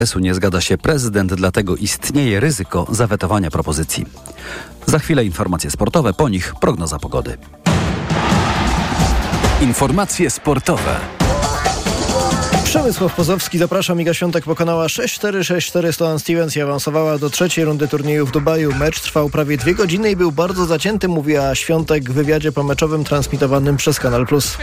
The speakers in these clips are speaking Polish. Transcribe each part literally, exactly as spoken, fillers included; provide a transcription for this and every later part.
Nie zgadza się prezydent, dlatego istnieje ryzyko zawetowania propozycji. Za chwilę informacje sportowe, po nich prognoza pogody. Informacje sportowe. Przemysław Pozowski, zapraszam. Iga Świątek pokonała sześć cztery sześć cztery Sloane Stephens i awansowała do trzeciej rundy turnieju w Dubaju. Mecz trwał prawie dwie godziny i był bardzo zacięty, mówiła Świątek w wywiadzie pomeczowym transmitowanym przez Kanal Plus.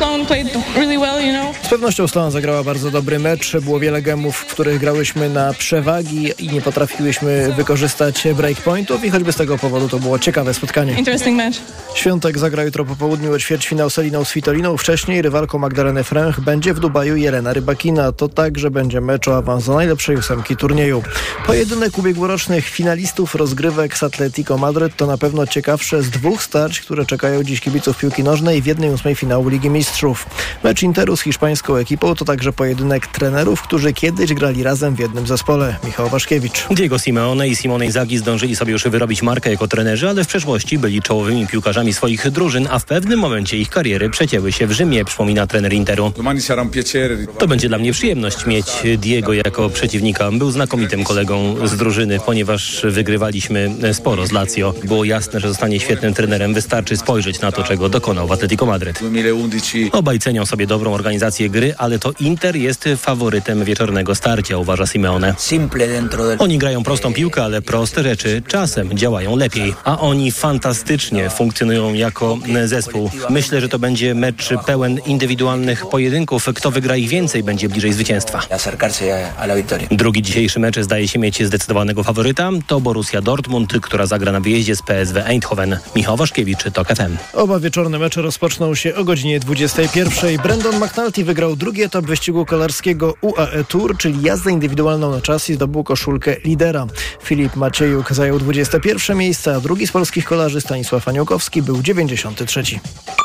Z pewnością Sloane zagrała bardzo dobry mecz. Było wiele gemów, w których grałyśmy na przewagi i nie potrafiłyśmy wykorzystać breakpointów i choćby z tego powodu to było ciekawe spotkanie. Świątek zagra jutro po południu o ćwierćfinał z Eliną Svitoliną. Wcześniej rywalką Magdaleny Fręch będzie w Dubaju Jelena Rybakina. To także będzie mecz o awans do najlepszej ósemki turnieju. Pojedynek ubiegłorocznych finalistów rozgrywek z Atletico Madryt to na pewno ciekawsze z dwóch starć, które czekają dziś kibiców piłki nożnej w jednej ósmej finału Ligi Mistrzów. Mecz Interu z hiszpańską ekipą to także pojedynek trenerów, którzy kiedyś grali razem w jednym zespole. Michał Waszkiewicz. Diego Simeone i Simone Inzaghi zdążyli sobie już wyrobić markę jako trenerzy, ale w przeszłości byli czołowymi piłkarzami swoich drużyn, a w pewnym momencie ich kariery przecięły się w Rzymie, przypomina trener Interu. To będzie dla mnie przyjemność mieć Diego jako przeciwnika. Był znakomitym kolegą z drużyny, ponieważ wygrywaliśmy sporo z Lazio. Było jasne, że zostanie świetnym trenerem. Wystarczy spojrzeć na to, czego dokonał w Atletico Madryt. Obaj cenią sobie dobrą organizację gry, ale to Inter jest faworytem wieczornego starcia, uważa Simeone. Oni grają prostą piłkę, ale proste rzeczy czasem działają lepiej. A oni fantastycznie funkcjonują jako zespół. Myślę, że to będzie mecz pełen indywidualnych pojedynków. Kto wygra ich więcej, będzie bliżej zwycięstwa. Drugi dzisiejszy mecz zdaje się mieć zdecydowanego faworyta. To Borussia Dortmund, która zagra na wyjeździe z P S V Eindhoven. Michał Waszkiewicz, TOK F M. Oba wieczorne mecze rozpoczną się o godzinie dwudziestej pierwszej. Brandon McNulty wygrał drugi etap wyścigu kolarskiego U A E Tour, czyli jazdę indywidualną na czas i zdobył koszulkę lidera. Filip Maciejuk zajął dwudzieste pierwsze miejsce, a drugi z polskich kolarzy Stanisław Aniołkowski był dziewięćdziesiąty trzeci.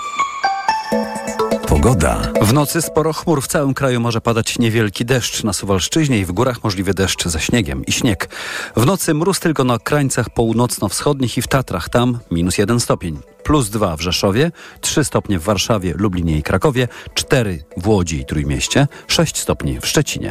Pogoda. W nocy sporo chmur. W całym kraju może padać niewielki deszcz. Na Suwalszczyźnie i w górach możliwy deszcz ze śniegiem i śnieg. W nocy mróz tylko na krańcach północno-wschodnich i w Tatrach. Tam minus jeden stopień. Plus dwa w Rzeszowie, trzy stopnie w Warszawie, Lublinie i Krakowie, cztery w Łodzi i Trójmieście, sześć stopni w Szczecinie.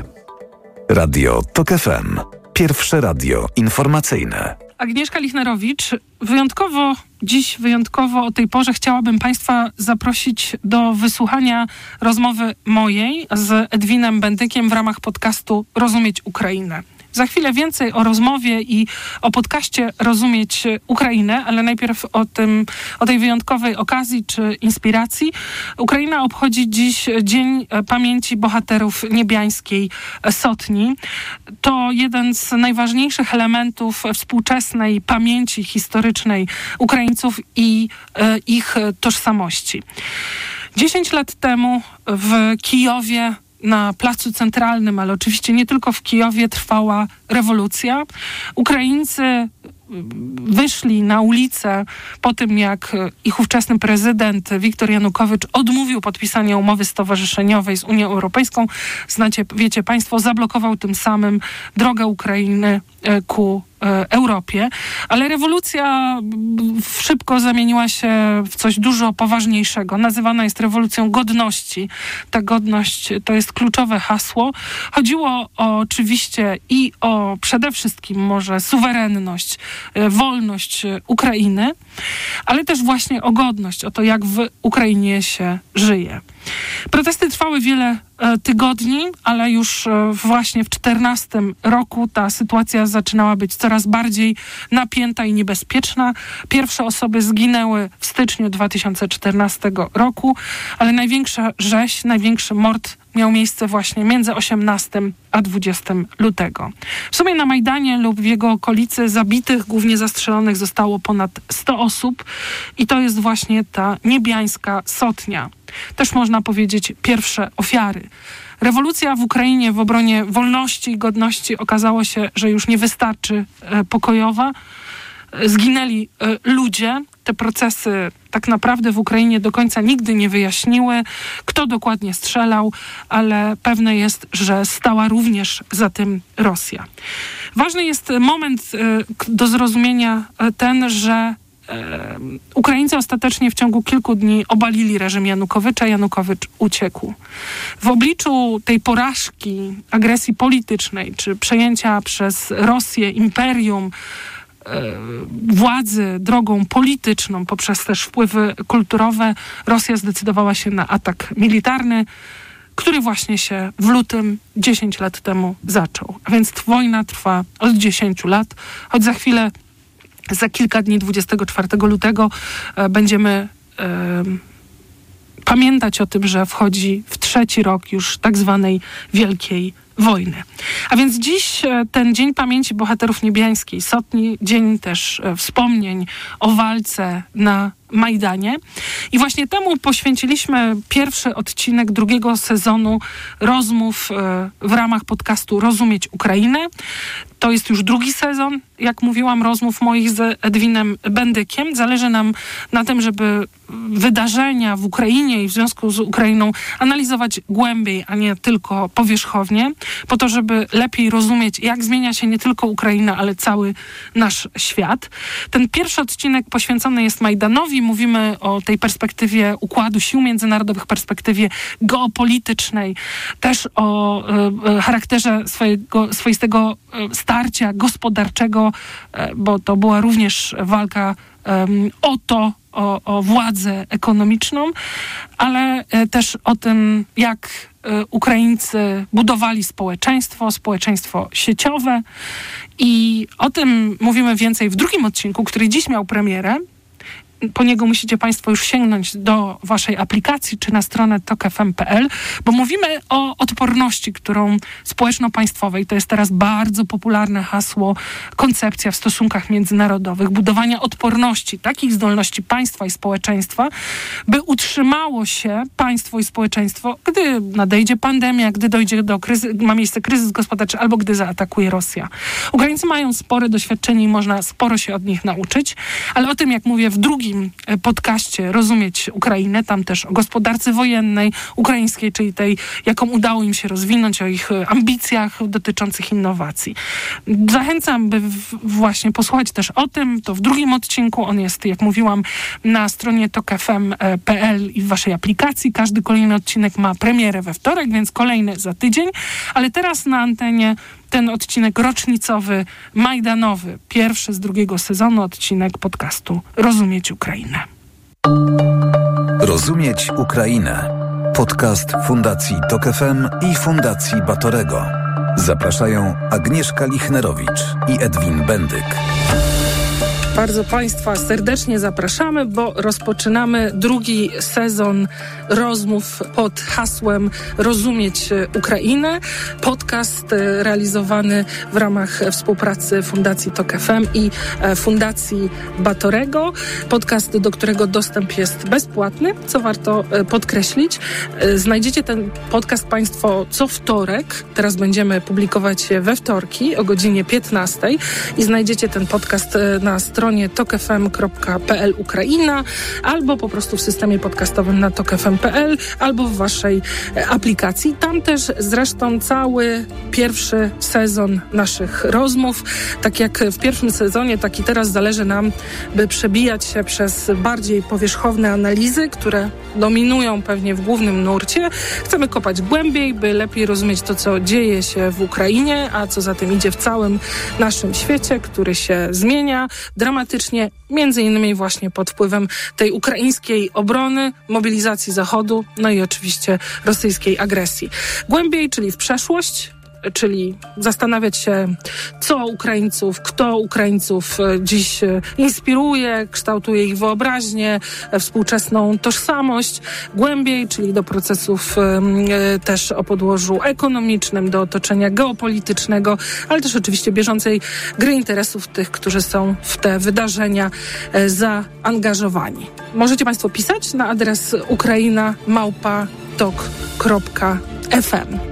Radio TOK F M. Pierwsze radio informacyjne. Agnieszka Lichnerowicz. Wyjątkowo, dziś wyjątkowo o tej porze chciałabym Państwa zaprosić do wysłuchania rozmowy mojej z Edwinem Bendykiem w ramach podcastu Rozumieć Ukrainę. Za chwilę więcej o rozmowie i o podcaście Rozumieć Ukrainę, ale najpierw o tym, o tej wyjątkowej okazji czy inspiracji. Ukraina obchodzi dziś Dzień Pamięci Bohaterów Niebiańskiej Sotni. To jeden z najważniejszych elementów współczesnej pamięci historycznej Ukraińców i e, ich tożsamości. Dziesięć lat temu w Kijowie na Placu Centralnym, ale oczywiście nie tylko w Kijowie, trwała rewolucja. Ukraińcy wyszli na ulicę po tym, jak ich ówczesny prezydent Wiktor Janukowycz odmówił podpisania umowy stowarzyszeniowej z Unią Europejską. Znacie, wiecie Państwo, zablokował tym samym drogę Ukrainy ku Europie, ale rewolucja szybko zamieniła się w coś dużo poważniejszego. Nazywana jest rewolucją godności. Ta godność to jest kluczowe hasło. Chodziło o, oczywiście i o przede wszystkim może suwerenność, wolność Ukrainy, ale też właśnie o godność, o to, jak w Ukrainie się żyje. Protesty trwały wiele e, tygodni, ale już e, właśnie w czternastym roku ta sytuacja zaczynała być coraz bardziej napięta i niebezpieczna. Pierwsze osoby zginęły w styczniu dwa tysiące czternastego roku, ale największa rzeź, największy mord miał miejsce właśnie między osiemnastego a dwudziestego lutego. W sumie na Majdanie lub w jego okolicy zabitych, głównie zastrzelonych, zostało ponad sto osób i to jest właśnie ta niebiańska sotnia. Też można powiedzieć pierwsze ofiary. Rewolucja w Ukrainie w obronie wolności i godności okazało się, że już nie wystarczy e, pokojowa. Zginęli e, ludzie. Te procesy tak naprawdę w Ukrainie do końca nigdy nie wyjaśniły, kto dokładnie strzelał, ale pewne jest, że stała również za tym Rosja. Ważny jest moment e, do zrozumienia ten, że e, Ukraińcy ostatecznie w ciągu kilku dni obalili reżim Janukowycza. Janukowycz uciekł. W obliczu tej porażki, agresji politycznej, czy przejęcia przez Rosję imperium władzy drogą polityczną poprzez też wpływy kulturowe, Rosja zdecydowała się na atak militarny, który właśnie się w lutym dziesięć lat temu zaczął. A więc wojna trwa od dziesięciu lat, choć za chwilę, za kilka dni, dwudziestego czwartego lutego będziemy e, pamiętać o tym, że wchodzi w trzeci rok już tak zwanej Wielkiej Wojny. A więc dziś ten Dzień Pamięci Bohaterów Niebiańskiej Sotni, dzień też wspomnień o walce na Majdanie. I właśnie temu poświęciliśmy pierwszy odcinek drugiego sezonu rozmów w ramach podcastu Rozumieć Ukrainę. To jest już drugi sezon, jak mówiłam, rozmów moich z Edwinem Bendykiem. Zależy nam na tym, żeby wydarzenia w Ukrainie i w związku z Ukrainą analizować głębiej, a nie tylko powierzchownie, po to, żeby lepiej rozumieć, jak zmienia się nie tylko Ukraina, ale cały nasz świat. Ten pierwszy odcinek poświęcony jest Majdanowi. Mówimy o tej perspektywie układu sił międzynarodowych, perspektywie geopolitycznej, też o e, charakterze swojego, swoistego e, starcia gospodarczego, e, bo to była również walka e, o to, o, o władzę ekonomiczną, ale e, też o tym, jak e, Ukraińcy budowali społeczeństwo, społeczeństwo sieciowe i o tym mówimy więcej w drugim odcinku, który dziś miał premierę. Po niego musicie Państwo już sięgnąć do waszej aplikacji czy na stronę tok f m kropka p l, bo mówimy o odporności, którą społeczno-państwowej, to jest teraz bardzo popularne hasło, koncepcja w stosunkach międzynarodowych, budowania odporności, takich zdolności państwa i społeczeństwa, by utrzymało się państwo i społeczeństwo, gdy nadejdzie pandemia, gdy dojdzie do kryzy- ma miejsce kryzys gospodarczy albo gdy zaatakuje Rosja. Ukraińcy mają spore doświadczenie i można sporo się od nich nauczyć, ale o tym, jak mówię, w drugim podcaście Rozumieć Ukrainę, tam też o gospodarce wojennej ukraińskiej, czyli tej, jaką udało im się rozwinąć, o ich ambicjach dotyczących innowacji. Zachęcam, by w, właśnie posłuchać też o tym. To w drugim odcinku. On jest, jak mówiłam, na stronie tok f m kropka p l i w waszej aplikacji. Każdy kolejny odcinek ma premierę we wtorek, więc kolejny za tydzień. Ale teraz na antenie ten odcinek rocznicowy, majdanowy, pierwszy z drugiego sezonu, odcinek podcastu Rozumieć Ukrainę. Rozumieć Ukrainę. Podcast Fundacji Tok F M i Fundacji Batorego. Zapraszają Agnieszka Lichnerowicz i Edwin Bendyk. Bardzo Państwa serdecznie zapraszamy, bo rozpoczynamy drugi sezon rozmów pod hasłem Rozumieć Ukrainę. Podcast realizowany w ramach współpracy Fundacji Tok F M i Fundacji Batorego. Podcast, do którego dostęp jest bezpłatny, co warto podkreślić. Znajdziecie ten podcast Państwo co wtorek. Teraz będziemy publikować je we wtorki o godzinie piętnastej i znajdziecie ten podcast na stronie tok f m kropka p l Ukraina albo po prostu w systemie podcastowym na tok f m kropka p l albo w waszej aplikacji. Tam też zresztą cały pierwszy sezon naszych rozmów. Tak jak w pierwszym sezonie, tak i teraz zależy nam, by przebijać się przez bardziej powierzchowne analizy, które dominują pewnie w głównym nurcie. Chcemy kopać głębiej, by lepiej rozumieć to, co dzieje się w Ukrainie, a co za tym idzie w całym naszym świecie, który się zmienia dramatycznie, między innymi właśnie pod wpływem tej ukraińskiej obrony, mobilizacji Zachodu, no i oczywiście rosyjskiej agresji. Głębiej, czyli w przeszłość, czyli zastanawiać się, co Ukraińców, kto Ukraińców dziś inspiruje, kształtuje ich wyobraźnię, współczesną tożsamość. Głębiej, czyli do procesów też o podłożu ekonomicznym, do otoczenia geopolitycznego, ale też oczywiście bieżącej gry interesów tych, którzy są w te wydarzenia zaangażowani. Możecie Państwo pisać na adres ukraina małpa tok kropka f m.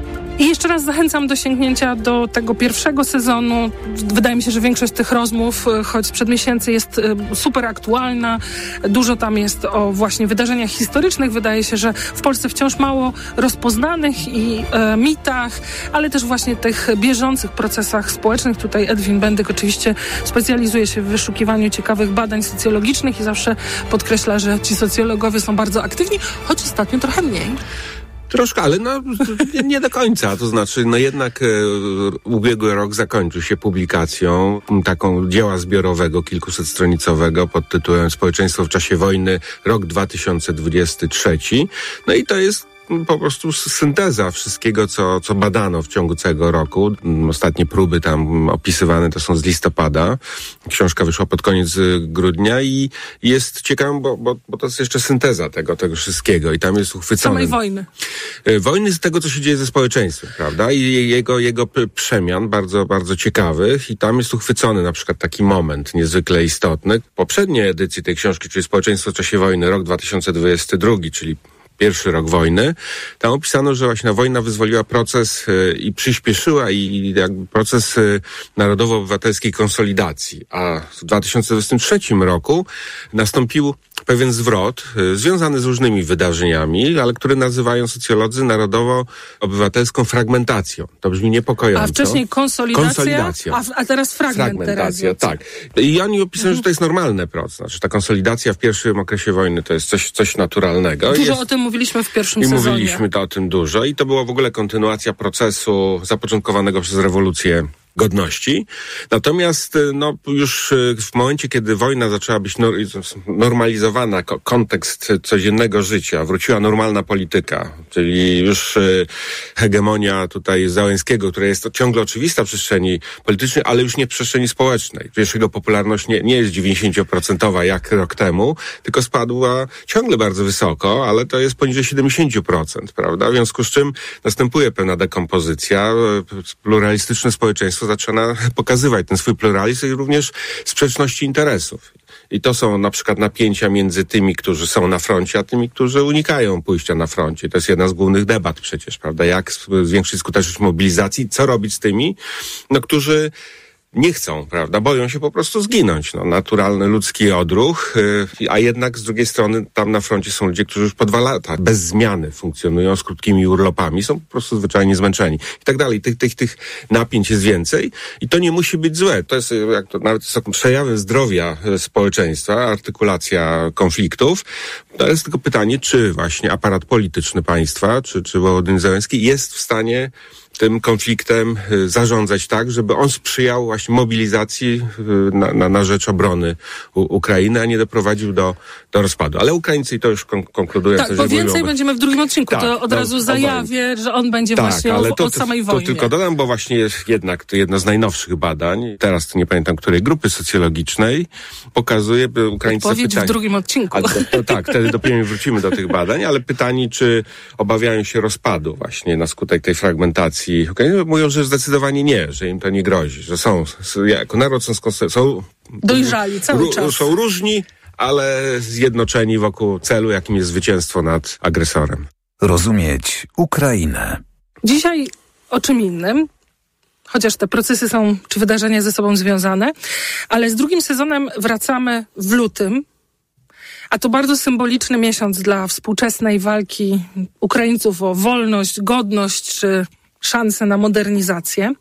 I jeszcze raz zachęcam do sięgnięcia do tego pierwszego sezonu. Wydaje mi się, że większość tych rozmów, choć sprzed miesięcy, jest super aktualna. Dużo tam jest o właśnie wydarzeniach historycznych. Wydaje się, że w Polsce wciąż mało rozpoznanych i e, mitach, ale też właśnie tych bieżących procesach społecznych. Tutaj Edwin Bendyk oczywiście specjalizuje się w wyszukiwaniu ciekawych badań socjologicznych i zawsze podkreśla, że ci socjologowie są bardzo aktywni, choć ostatnio trochę mniej. Troszkę, ale no, nie do końca. To znaczy, no jednak e, ubiegły rok zakończył się publikacją taką dzieła zbiorowego, kilkusetstronicowego pod tytułem Społeczeństwo w czasie wojny, rok dwa tysiące dwudziesty trzeci. No i to jest po prostu synteza wszystkiego, co, co badano w ciągu całego roku. Ostatnie próby tam opisywane to są z listopada. Książka wyszła pod koniec grudnia i jest ciekawa, bo, bo, bo to jest jeszcze synteza tego, tego wszystkiego i tam jest uchwycone. Samej wojny. Wojny z tego, co się dzieje ze społeczeństwem, prawda? I jego, jego przemian bardzo, bardzo ciekawych i tam jest uchwycony na przykład taki moment niezwykle istotny. Poprzednie edycje tej książki, czyli Społeczeństwo w czasie wojny, rok dwa tysiące dwudziesty drugi, czyli pierwszy rok wojny, tam opisano, że właśnie wojna wyzwoliła proces y, i przyspieszyła i, i jakby proces y, narodowo-obywatelskiej konsolidacji. A w dwa tysiące dwudziestym trzecim roku nastąpił pewien zwrot y, związany z różnymi wydarzeniami, ale który nazywają socjolodzy narodowo-obywatelską fragmentacją. To brzmi niepokojąco. A wcześniej konsolidacja, konsolidacja. A, a teraz fragmentacja. Tak. I oni opisują, mhm. że to jest normalny proces. Znaczy ta konsolidacja w pierwszym okresie wojny to jest coś, coś naturalnego. Dużo jest... o tym mówiliśmy w pierwszym I sezonie. I mówiliśmy to o tym dużo i to była w ogóle kontynuacja procesu zapoczątkowanego przez rewolucję godności. Natomiast no, już w momencie, kiedy wojna zaczęła być normalizowana, kontekst codziennego życia, wróciła normalna polityka, czyli już hegemonia tutaj Załęskiego, która jest ciągle oczywista w przestrzeni politycznej, ale już nie w przestrzeni społecznej. Wiesz, jego popularność nie, nie jest dziewięćdziesięcioprocentowa jak rok temu, tylko spadła ciągle bardzo wysoko, ale to jest poniżej siedemdziesiąt procent, prawda? W związku z czym następuje pewna dekompozycja, pluralistyczne społeczeństwo zaczyna pokazywać ten swój pluralizm i również sprzeczności interesów. I to są na przykład napięcia między tymi, którzy są na froncie, a tymi, którzy unikają pójścia na froncie. To jest jedna z głównych debat przecież, prawda? Jak zwiększyć skuteczność mobilizacji, co robić z tymi, no, którzy nie chcą, prawda? Boją się po prostu zginąć. No, naturalny ludzki odruch, yy, a jednak z drugiej strony tam na froncie są ludzie, którzy już po dwa lata bez zmiany funkcjonują z krótkimi urlopami, są po prostu zwyczajnie zmęczeni i tak dalej. Tych, tych, tych napięć jest więcej i to nie musi być złe. To jest jak to nawet jest przejawem zdrowia społeczeństwa, artykulacja konfliktów. To jest tylko pytanie, czy właśnie aparat polityczny państwa, czy, czy Wołodymyr Zełenski jest w stanie tym konfliktem zarządzać tak, żeby on sprzyjał właśnie mobilizacji na, na, na rzecz obrony u, Ukrainy, a nie doprowadził do, do rozpadu. Ale Ukraińcy, i to już kon- konkluduję. Tak, bo więcej mówią, będziemy w drugim odcinku. Tak, to od no, razu zajawię, że on będzie tak, właśnie ale o, to, o samej wojnie. To tylko dodam, bo właśnie jest jednak to jedno z najnowszych badań, teraz to nie pamiętam której grupy socjologicznej, pokazuje, by Ukraińcy Odpowiedź pytani, w drugim odcinku. Ale to, to, tak, wtedy dopiero wrócimy do tych badań, ale pytani, czy obawiają się rozpadu właśnie na skutek tej fragmentacji. Ukrainy mówią, że zdecydowanie nie, że im to nie grozi, że są, jako naród są, są dojrzali cały ró- czas. Są różni, ale zjednoczeni wokół celu, jakim jest zwycięstwo nad agresorem. Rozumieć Ukrainę. Dzisiaj o czym innym, chociaż te procesy są, czy wydarzenia ze sobą związane, ale z drugim sezonem wracamy w lutym, a to bardzo symboliczny miesiąc dla współczesnej walki Ukraińców o wolność, godność czy szansę na modernizację.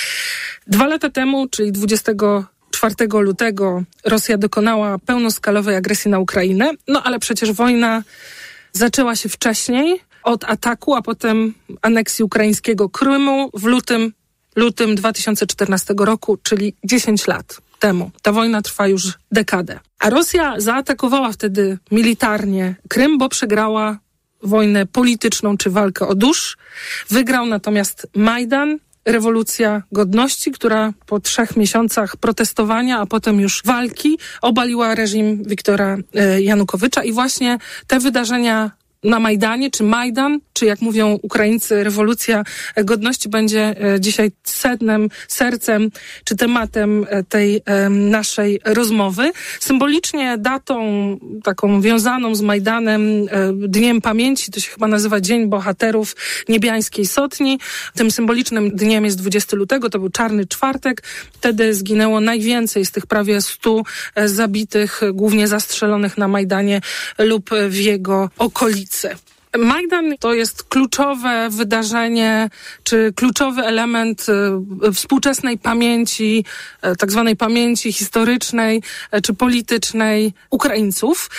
Dwa lata temu, czyli dwudziestego czwartego lutego, Rosja dokonała pełnoskalowej agresji na Ukrainę, no ale przecież wojna zaczęła się wcześniej, od ataku, a potem aneksji ukraińskiego Krymu w lutym, lutym dwa tysiące czternastego roku, czyli dziesięć lat temu. Ta wojna trwa już dekadę. A Rosja zaatakowała wtedy militarnie Krym, bo przegrała wojnę polityczną czy walkę o dusz. Wygrał natomiast Majdan, rewolucja godności, która po trzech miesiącach protestowania, a potem już walki obaliła reżim Wiktora Janukowycza i właśnie te wydarzenia na Majdanie, czy Majdan, czy jak mówią Ukraińcy, rewolucja godności będzie dzisiaj sednem, sercem, czy tematem tej naszej rozmowy. Symbolicznie datą taką wiązaną z Majdanem, Dniem Pamięci, to się chyba nazywa Dzień Bohaterów Niebiańskiej Sotni. Tym symbolicznym dniem jest dwudziestego lutego, to był Czarny Czwartek. Wtedy zginęło najwięcej z tych prawie stu zabitych, głównie zastrzelonych na Majdanie lub w jego okolicy. Majdan to jest kluczowe wydarzenie, czy kluczowy element współczesnej pamięci, tak zwanej pamięci historycznej, czy politycznej Ukraińców,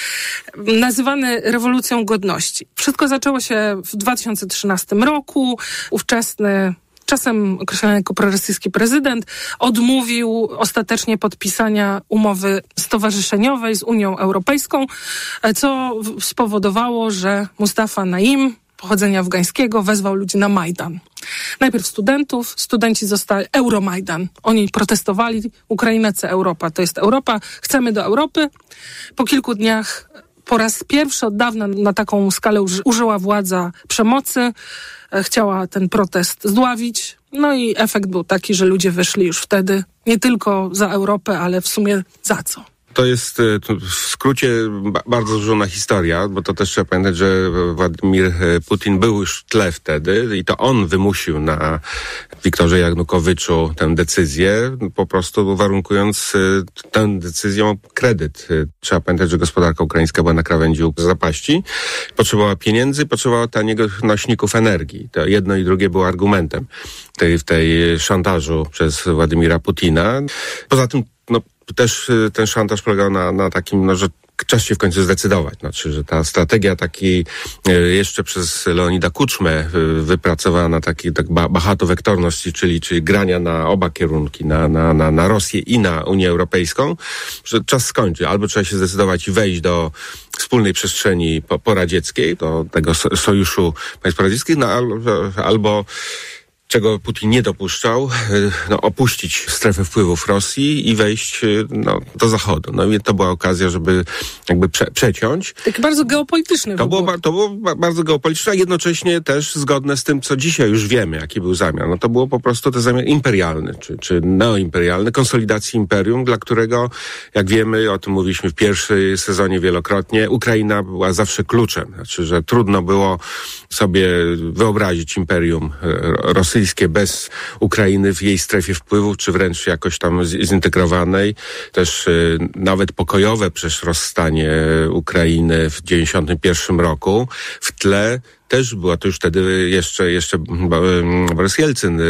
nazywany rewolucją godności. Wszystko zaczęło się w dwa tysiące trzynastym roku. Ówczesny, czasem określany jako prorosyjski prezydent, odmówił ostatecznie podpisania umowy stowarzyszeniowej z Unią Europejską, co spowodowało, że Mustafa Naim, pochodzenia afgańskiego, wezwał ludzi na Majdan. Najpierw studentów, studenci zostali Euromajdan. Oni protestowali, Ukraina chce Europa, to jest Europa, chcemy do Europy. Po kilku dniach po raz pierwszy od dawna na taką skalę użyła władza przemocy, chciała ten protest zdławić. No i efekt był taki, że ludzie wyszli już wtedy nie tylko za Europę, ale w sumie za co? To jest w skrócie bardzo złożona historia, bo to też trzeba pamiętać, że Władimir Putin był już w tle wtedy i to on wymusił na Wiktorze Janukowyczu tę decyzję, po prostu warunkując tę decyzją kredyt. Trzeba pamiętać, że gospodarka ukraińska była na krawędzi zapaści, potrzebowała pieniędzy, potrzebowała tanich nośników energii. To jedno i drugie było argumentem tej, w tej szantażu przez Władimira Putina. Poza tym, no, też ten szantaż polegał na, na takim, no, że czas się w końcu zdecydować. Znaczy, że ta strategia takiej jeszcze przez Leonida Kuczmę wypracowana, taki tak bahatowektorność, czyli, czyli grania na oba kierunki, na, na, na, na Rosję i na Unię Europejską, że czas skończy. Albo trzeba się zdecydować i wejść do wspólnej przestrzeni poradzieckiej, do tego sojuszu państw poradzieckich, no, albo, albo czego Putin nie dopuszczał, no, opuścić strefę wpływów Rosji i wejść no, do Zachodu. No i to była okazja, żeby jakby prze, przeciąć. Tak bardzo geopolityczny. To było, to było bardzo geopolityczne, a jednocześnie też zgodne z tym, co dzisiaj już wiemy, jaki był zamiar. No to było po prostu ten zamiar imperialny, czy, czy neoimperialny, konsolidacji imperium, dla którego, jak wiemy, o tym mówiliśmy w pierwszym sezonie wielokrotnie, Ukraina była zawsze kluczem. Znaczy, że trudno było sobie wyobrazić imperium rosyjskie bez Ukrainy w jej strefie wpływów, czy wręcz jakoś tam zintegrowanej. Też y, nawet pokojowe przecież rozstanie Ukrainy w dziewięćdziesiątym pierwszym roku. W tle też była, to już wtedy jeszcze, jeszcze Borys Jelcyn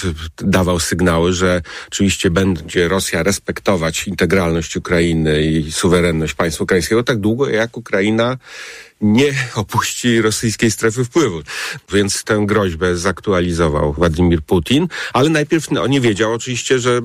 dawał sygnały, że oczywiście będzie Rosja respektować integralność Ukrainy i suwerenność państwa ukraińskiego tak długo, jak Ukraina nie opuści rosyjskiej strefy wpływu. Więc tę groźbę zaktualizował Władimir Putin, ale najpierw no, nie wiedział oczywiście, że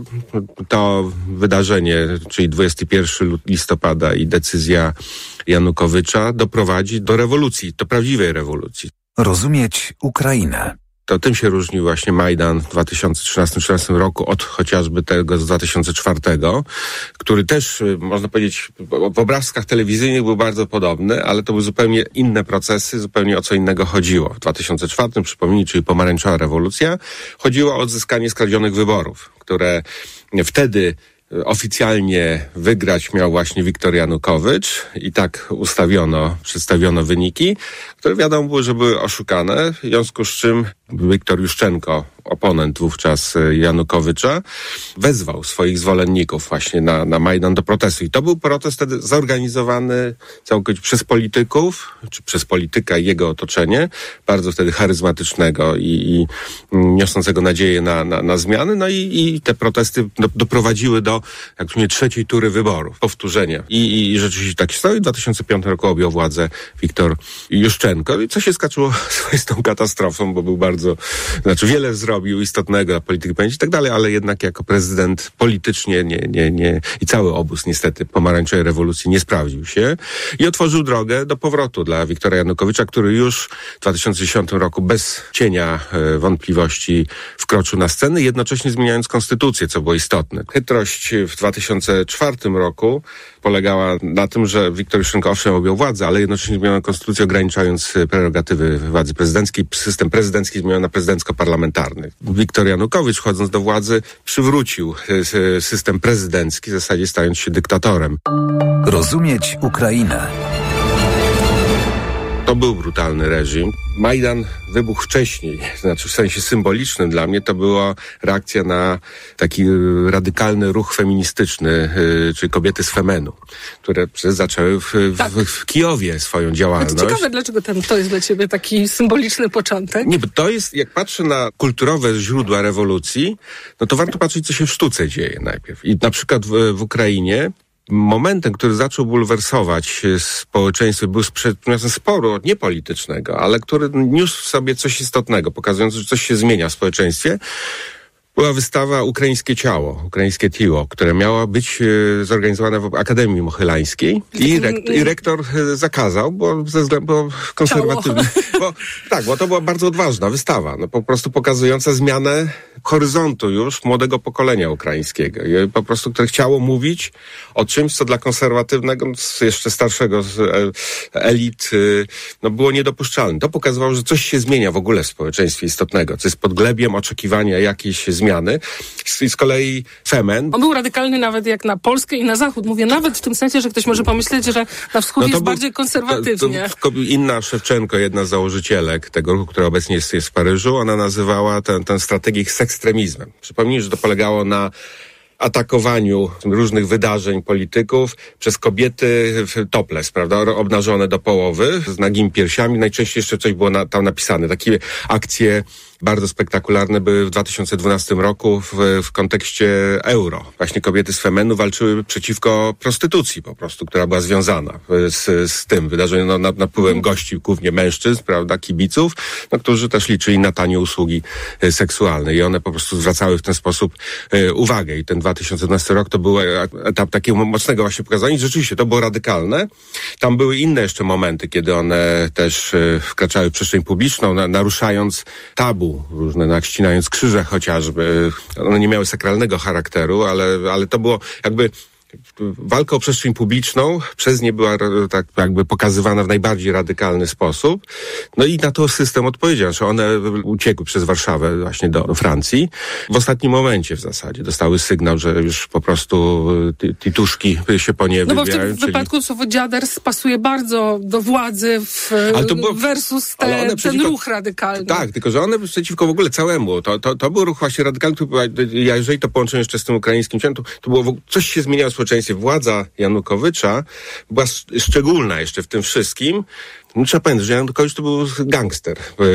to wydarzenie, czyli dwudziestego pierwszego listopada i decyzja Janukowycza doprowadzi do rewolucji, do prawdziwej rewolucji. Rozumieć Ukrainę. To tym się różni właśnie Majdan w dwa tysiące trzynastym czternastym roku od chociażby tego z dwa tysiące czwartego, który też, można powiedzieć, w obrazkach telewizyjnych był bardzo podobny, ale to były zupełnie inne procesy, zupełnie o co innego chodziło. W dwa tysiące czwartym, przypomnij, czyli pomarańczowa rewolucja, chodziło o odzyskanie skradzionych wyborów, które wtedy oficjalnie wygrać miał właśnie Wiktor Janukowycz i tak ustawiono, przedstawiono wyniki, które wiadomo było, że były oszukane, w związku z czym Wiktor Juszczenko, oponent wówczas Janukowycza, wezwał swoich zwolenników właśnie na, na Majdan do protestu. I to był protest wtedy zorganizowany całkowicie przez polityków, czy przez polityka i jego otoczenie, bardzo wtedy charyzmatycznego i, i niosącego nadzieję na, na, na zmiany. No i, i te protesty do, doprowadziły do jak mówię, trzeciej tury wyborów, powtórzenia. I, i rzeczywiście tak się stało. I w dwa tysiące piątym roku objął władzę Wiktor Juszczenko. I co się skończyło swoistą katastrofą, bo był bardzo, znaczy wiele zrobił istotnego dla polityki pamięci i tak dalej, ale jednak jako prezydent politycznie nie, nie, nie i cały obóz niestety pomarańczowej rewolucji nie sprawdził się i otworzył drogę do powrotu dla Wiktora Janukowycza, który już w dwa tysiące dziesiątym roku bez cienia e, wątpliwości wkroczył na scenę, jednocześnie zmieniając konstytucję, co było istotne. Chytrość w dwa tysiące czwartym roku polegała na tym, że Wiktor Juszczenko owszem objął władzę, ale jednocześnie zmieniono konstytucję, ograniczając prerogatywy władzy prezydenckiej. System prezydencki zmieniono na prezydencko-parlamentarny. Wiktor Janukowicz, wchodząc do władzy, przywrócił system prezydencki, w zasadzie stając się dyktatorem. Rozumieć Ukrainę. To był brutalny reżim. Majdan wybuchł wcześniej, znaczy w sensie symbolicznym dla mnie to była reakcja na taki radykalny ruch feministyczny, yy, czyli kobiety z Femenu, które zaczęły w, tak. w, w Kijowie swoją działalność. To ciekawe, dlaczego ten, to jest dla ciebie taki symboliczny początek? Nie, bo to jest, jak patrzę na kulturowe źródła rewolucji, no to warto patrzeć, co się w sztuce dzieje najpierw. I na przykład w, w Ukrainie momentem, który zaczął bulwersować społeczeństwo, był przedmiotem sporu niepolitycznego, ale który niósł w sobie coś istotnego, pokazując, że coś się zmienia w społeczeństwie, była wystawa Ukraińskie Ciało, Ukraińskie Tiło, które miała być e, zorganizowana w Akademii Mohylańskiej i, rekt, i rektor e, zakazał, bo ze względu bo konserwatywny. Bo, tak, bo to była bardzo odważna wystawa, no, po prostu pokazująca zmianę horyzontu już młodego pokolenia ukraińskiego. I po prostu, które chciało mówić o czymś, co dla konserwatywnego, jeszcze starszego z e, elit, e, no, było niedopuszczalne. To pokazywało, że coś się zmienia w ogóle w społeczeństwie istotnego, co jest podglebiem oczekiwania jakiejś zmiany. I z kolei Femen... On był radykalny nawet jak na Polskę i na Zachód. Mówię nawet w tym sensie, że ktoś może pomyśleć, że na wschód no jest był, bardziej konserwatywnie. To, to Inna Szewczenko, jedna z założycielek tego ruchu, która obecnie jest, jest w Paryżu, ona nazywała tę, tę strategię sekstremizmem. Przypomnij, że to polegało na atakowaniu różnych wydarzeń polityków przez kobiety topless, prawda, obnażone do połowy, z nagimi piersiami. Najczęściej jeszcze coś było na, tam napisane. Takie akcje bardzo spektakularne były w dwa tysiące dwunastym roku w, w kontekście euro. Właśnie kobiety z Femenu walczyły przeciwko prostytucji po prostu, która była związana z, z tym wydarzeniem, no, nad napływem gości, głównie mężczyzn, prawda, kibiców, no, którzy też liczyli na tanie usługi e, seksualne i one po prostu zwracały w ten sposób e, uwagę. I ten dwa tysiące dwunasty rok to był etap takiego mocnego właśnie pokazania i rzeczywiście to było radykalne. Tam były inne jeszcze momenty, kiedy one też e, wkraczały w przestrzeń publiczną, na, naruszając tabu różne, nakścinając krzyże chociażby. One nie miały sakralnego charakteru, ale, ale to było jakby walka o przestrzeń publiczną przez nie była tak jakby pokazywana w najbardziej radykalny sposób. No i na to system odpowiedział, że one uciekły przez Warszawę właśnie do, do Francji. W ostatnim momencie w zasadzie dostały sygnał, że już po prostu tituszki się po nie No bo wybijają, w tym czyli... wypadku słowo dziaders pasuje bardzo do władzy w, było, versus te, ten przeciwko, ruch radykalny. Tak, tylko że one przeciwko w ogóle całemu. To, to, to był ruch właśnie radykalny. Ja jeżeli to połączę jeszcze z tym ukraińskim ciałem, to, to było coś się zmieniało w społeczeństwie. Władza Janukowycza była szczególna jeszcze w tym wszystkim. No, trzeba pamiętać, że Janukowicz to był gangster.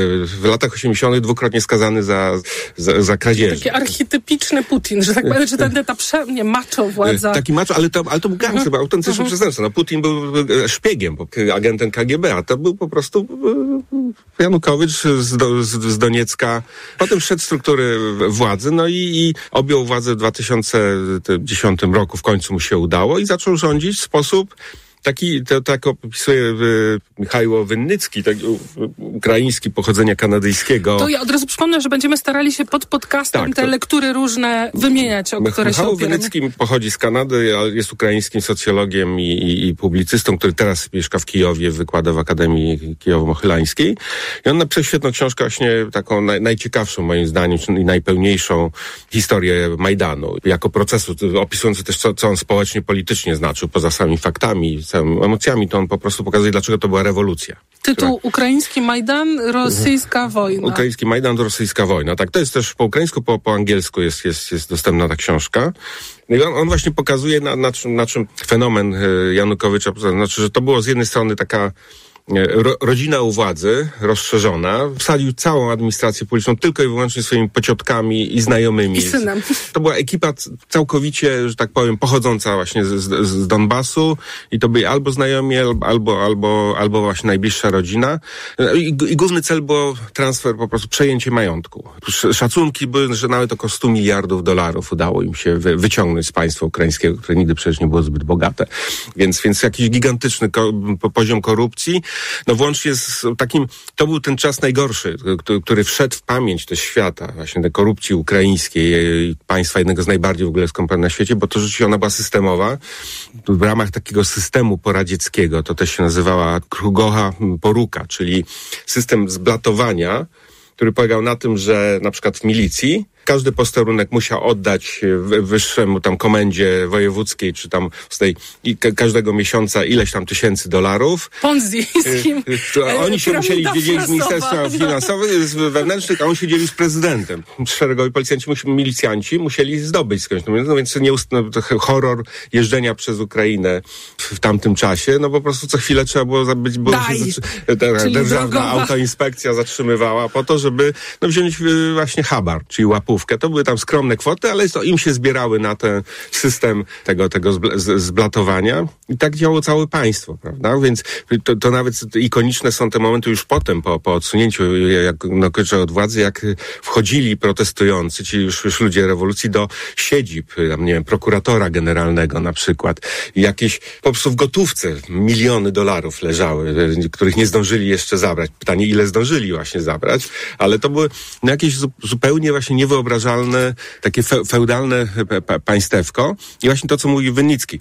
W latach osiemdziesiątych dwukrotnie skazany za, za, za kradzież. Taki archetypiczny Putin, że tak powiem, że ten ta prze... macho władza. Taki macho, ale to, ale to był gangster, był autentyczny przestępca. No, Putin był szpiegiem, agentem K G B, a to był po prostu Janukowicz z, do, z, z Doniecka. Potem wszedł w struktury władzy, no i, i objął władzę w dwa tysiące dziesiątym roku. W końcu mu się udało i zaczął rządzić w sposób taki, to, tak opisuje y, Michajło Winnicki, tak, u, ukraiński, pochodzenia kanadyjskiego. To ja od razu przypomnę, że będziemy starali się pod podcastem tak, te to... lektury różne wymieniać, o Mich- które Michał się opieramy. Winnicki pochodzi z Kanady, ale jest ukraińskim socjologiem i, i, i publicystą, który teraz mieszka w Kijowie, wykłada w Akademii Kijowo-Mohylańskiej. I on napisał świetną książkę, właśnie taką naj, najciekawszą moim zdaniem i najpełniejszą historię Majdanu. Jako procesu, opisujący też, co, co on społecznie, politycznie znaczył, poza samymi faktami, całymi emocjami, to on po prostu pokazuje, dlaczego to była rewolucja. Tytuł która... Ukraiński Majdan, rosyjska wojna. Ukraiński Majdan, rosyjska wojna. Tak, to jest też po ukraińsku, po, po angielsku jest, jest, jest dostępna ta książka. No i on, on właśnie pokazuje, na, na, czym, na czym fenomen Janukowycza, znaczy, że to było z jednej strony taka Ro, rodzina u władzy, rozszerzona, wsadził całą administrację publiczną tylko i wyłącznie swoimi pociotkami i znajomymi. I synem. To była ekipa całkowicie, że tak powiem, pochodząca właśnie z, z, z Donbasu i to byli albo znajomi, albo, albo, albo właśnie najbliższa rodzina. I, I główny cel był transfer, po prostu przejęcie majątku. Szacunki były, że nawet około stu miliardów dolarów udało im się wy, wyciągnąć z państwa ukraińskiego, które nigdy przecież nie było zbyt bogate. Więc, więc jakiś gigantyczny ko, poziom korupcji. no włącznie z takim, to był ten czas najgorszy, który wszedł w pamięć też świata, właśnie tej korupcji ukraińskiej, państwa jednego z najbardziej w ogóle skomplikowanych na świecie, bo to rzeczywiście ona była systemowa. W ramach takiego systemu poradzieckiego, to też się nazywała Krugowa poruka, czyli system zblatowania, który polegał na tym, że na przykład w milicji każdy posterunek musiał oddać wyższemu tam komendzie wojewódzkiej, czy tam z tej i ka- każdego miesiąca ileś tam tysięcy dolarów. Ponzi z kim? Oni się musieli dzielić z Ministerstwa Finansowych, z wewnętrznych, a on się dzielił z prezydentem. Szeregowi policjanci, milicjanci musieli zdobyć skądś. No więc nie ust- no, horror jeżdżenia przez Ukrainę w tamtym czasie, no po prostu co chwilę trzeba było zabyć, bo się zatrzy- Державna Autoinspekcja zatrzymywała po to, żeby no, wziąć właśnie habar, czyli łapówkę. To były tam skromne kwoty, ale to im się zbierały na ten system tego, tego zblatowania i tak działało całe państwo, prawda? Więc to, to nawet ikoniczne są te momenty już potem, po, po odsunięciu jak, no, od władzy, jak wchodzili protestujący, ci już, już ludzie rewolucji do siedzib, tam, nie wiem, prokuratora generalnego na przykład. I jakieś po prostu w gotówce miliony dolarów leżały, których nie zdążyli jeszcze zabrać. Pytanie, ile zdążyli właśnie zabrać, ale to były no, jakieś zupełnie właśnie niewyobrażalne wyobrażalne, takie fe, feudalne pa, państewko. I właśnie to, co mówi Winnicki,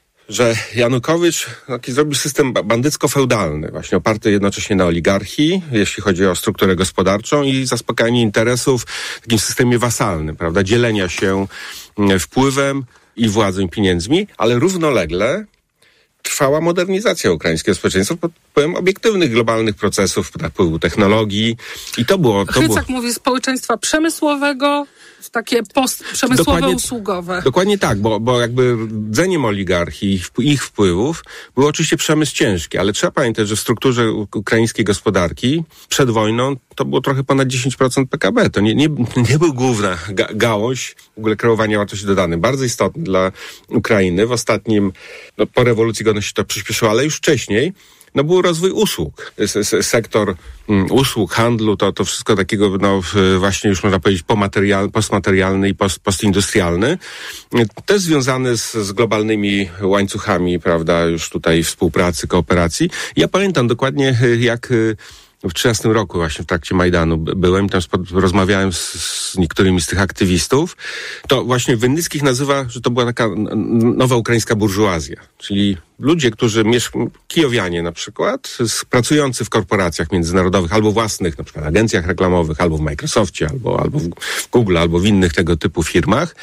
że Janukowycz taki zrobił system bandycko-feudalny, właśnie oparty jednocześnie na oligarchii, jeśli chodzi o strukturę gospodarczą i zaspokajanie interesów w takim systemie wasalnym, prawda, dzielenia się wpływem i władzą i pieniędzmi, ale równolegle trwała modernizacja ukraińskiego społeczeństwa pod wpływem obiektywnych, globalnych procesów, napływu technologii i to było... To Hycak było... mówi społeczeństwa przemysłowego, takie postprzemysłowe, dokładnie, usługowe. Dokładnie tak, bo, bo jakby rdzeniem oligarchii i ich wpływów był oczywiście przemysł ciężki, ale trzeba pamiętać, że w strukturze ukraińskiej gospodarki przed wojną to było trochę ponad dziesięć procent P K B. To nie, nie, nie był główna ga- gałąź w ogóle kreowania wartości dodanej. Bardzo istotny dla Ukrainy. W ostatnim, no, po rewolucji godności to przyspieszyło, ale już wcześniej no był rozwój usług. Sektor um, usług, handlu, to, to wszystko takiego, no właśnie już można powiedzieć pomaterial, postmaterialny i post, postindustrialny. Też związany z, z globalnymi łańcuchami, prawda, już tutaj współpracy, kooperacji. Ja pamiętam dokładnie, jak w trzynastym roku właśnie w trakcie Majdanu byłem, tam spod, rozmawiałem z, z niektórymi z tych aktywistów. To właśnie Winnickich nazywa, że to była taka nowa ukraińska burżuazja, czyli ludzie, którzy mieszkają, kijowianie na przykład, pracujący w korporacjach międzynarodowych, albo własnych, na przykład agencjach reklamowych, albo w Microsoftie, albo, albo w, w Google, albo w innych tego typu firmach,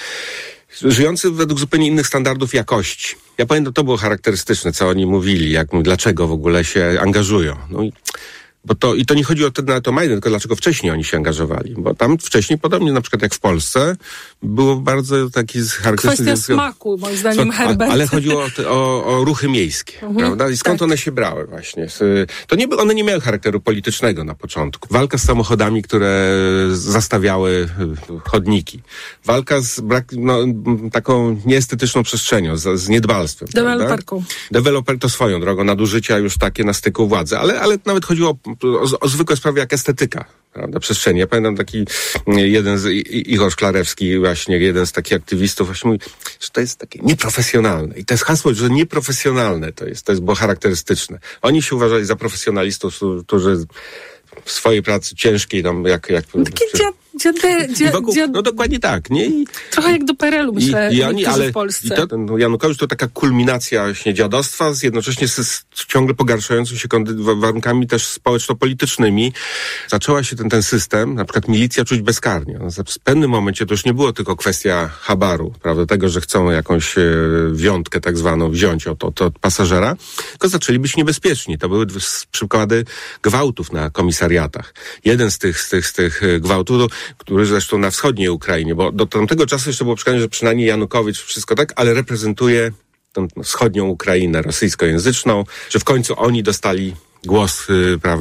żyjący według zupełnie innych standardów jakości. Ja pamiętam, to było charakterystyczne, co oni mówili, jak, dlaczego w ogóle się angażują. No i Bo to, I to nie chodzi o ten nawet o Majdan, tylko dlaczego wcześniej oni się angażowali. Bo tam wcześniej, podobnie na przykład jak w Polsce, było bardzo taki charakterystyczny... Kwestia smaku, moim zdaniem, Herbert. Ale chodziło o, o, o ruchy miejskie, mhm, prawda? I skąd tak. one się brały właśnie? To nie, one nie miały charakteru politycznego na początku. Walka z samochodami, które zastawiały chodniki. Walka z brak, no, taką nieestetyczną przestrzenią, z, z niedbalstwem. Deweloperką. Deweloper to swoją drogą, nadużycia już takie na styku władzy. Ale, ale nawet chodziło o O, o zwykłe sprawy jak estetyka, prawda, przestrzeni. Ja pamiętam taki jeden z, I, Igor Szklarewski, właśnie jeden z takich aktywistów, właśnie mówi, że to jest takie nieprofesjonalne. I to jest hasło, że nieprofesjonalne to jest, to jest było charakterystyczne. Oni się uważali za profesjonalistów, którzy w swojej pracy ciężkiej, tam jak... jak no taki dziad, dziad, dziad, wokół, dziad... No dokładnie tak, nie? I, trochę jak do P R L-u, myślę, i, i oni, ale, w Polsce. I to, no, Janukowicz to taka kulminacja właśnie dziadostwa, z jednocześnie z, z ciągle pogarszającymi się kondy- warunkami też społeczno-politycznymi. Zaczęła się ten, ten system, na przykład milicja czuć bezkarnie. No, w pewnym momencie to już nie było tylko kwestia habaru, prawda, tego, że chcą jakąś e, wiątkę tak zwaną wziąć od, od, od pasażera, tylko zaczęli być niebezpieczni. To były przykłady gwałtów na komisariatach. Jeden z tych, z tych, z tych gwałtów, który zresztą na wschodniej Ukrainie, bo do tamtego czasu jeszcze było przekonanie, że przynajmniej Janukowicz wszystko tak, ale reprezentuje tą wschodnią Ukrainę rosyjskojęzyczną, że w końcu oni dostali głos, yy, prawda,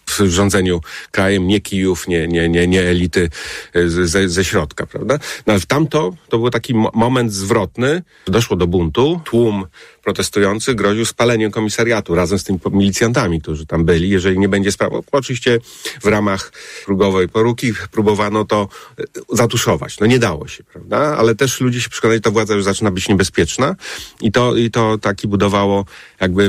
w rządzeniu krajem, nie kijów, nie, nie, nie, nie elity ze, ze środka, prawda? No ale w tamto to był taki mo- moment zwrotny, doszło do buntu, tłum protestujących groził spaleniem komisariatu razem z tymi milicjantami, którzy tam byli, jeżeli nie będzie sprawy. Oczywiście w ramach krugowej poruki próbowano to zatuszować. No nie dało się, prawda? Ale też ludzie się przekonali, że ta władza już zaczyna być niebezpieczna i to, i to taki budowało jakby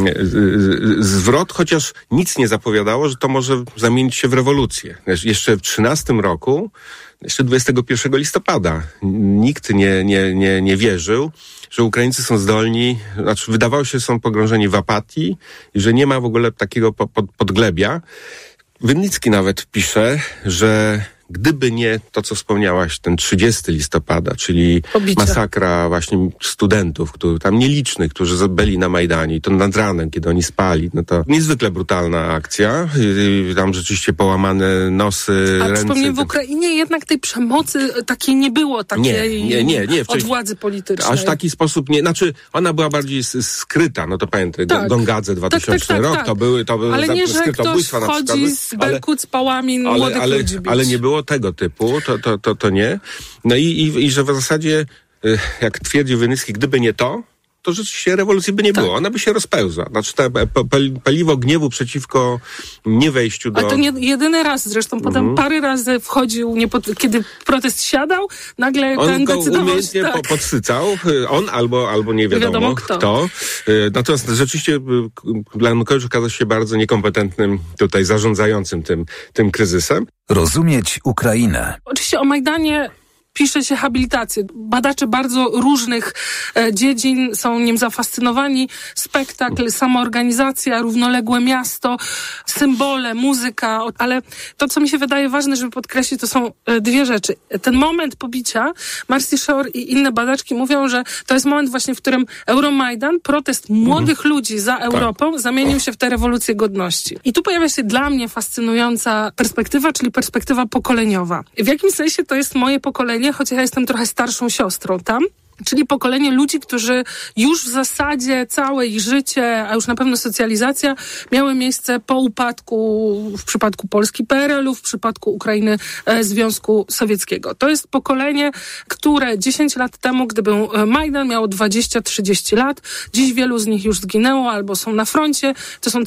zwrot, chociaż nic nie zapowiadało, że to może zamienić się w rewolucję. Jeszcze w trzynastym roku, jeszcze dwudziestego pierwszego listopada, nikt nie, nie, nie, nie wierzył, że Ukraińcy są zdolni, znaczy wydawało się, że są pogrążeni w apatii i że nie ma w ogóle takiego pod, podglebia. Winnicki nawet pisze, że gdyby nie to, co wspomniałaś, ten trzydziestego listopada, czyli Pobicie. masakra właśnie studentów, którzy tam nielicznych, którzy byli na Majdanie, i to nad ranem, kiedy oni spali, no to niezwykle brutalna akcja. Tam rzeczywiście połamane nosy, A ręce. A przypomnę, w Ukrainie jednak tej przemocy takiej nie było, takiej nie, nie, nie, nie. Od władzy politycznej. Aż w taki sposób nie, znaczy ona była bardziej skryta, no to pamiętaj, tak. Dongadze dwa tysiące tak, tak, rok, tak. to były, to były ale nie, że skrytobójstwa ktoś na przykład. chodzi z belku z pałami ale, młodych ale, ludzi bić. Ale nie było tego typu, to, to, to, to nie. No i, i, i że w zasadzie, jak twierdzi Winnicki, gdyby nie to, to rzeczywiście rewolucji by nie tak. było. Ona by się rozpełzła. Znaczy to paliwo gniewu przeciwko niewejściu do... A to nie jedyny raz. Zresztą mm. potem parę razy wchodził, nie pod, kiedy protest siadał, nagle on ten go decydował... umiejętnie tak. podsycał. On albo, albo nie wiadomo, wiadomo kto. kto. Natomiast rzeczywiście Yanukovych okazał się bardzo niekompetentnym tutaj zarządzającym tym, tym kryzysem. Rozumieć Ukrainę. Oczywiście o Majdanie pisze się habilitację. Badacze bardzo różnych e, dziedzin są nim zafascynowani. Spektakl, samoorganizacja, równoległe miasto, symbole, muzyka. Ale to, co mi się wydaje ważne, żeby podkreślić, to są e, dwie rzeczy. Ten moment pobicia, Marcy Shore i inne badaczki mówią, że to jest moment właśnie, w którym Euromajdan, protest młodych mhm. ludzi za Europą, tak. zamienił się w tę rewolucję godności. I tu pojawia się dla mnie fascynująca perspektywa, czyli perspektywa pokoleniowa. W jakimś sensie to jest moje pokolenie, choć ja jestem trochę starszą siostrą tam. Czyli pokolenie ludzi, którzy już w zasadzie całe ich życie, a już na pewno socjalizacja, miały miejsce po upadku, w przypadku Polski P R L-u, w przypadku Ukrainy e, Związku Sowieckiego. To jest pokolenie, które dziesięć lat temu, gdy był Majdan, miało dwadzieścia trzydzieści lat. Dziś wielu z nich już zginęło albo są na froncie. To są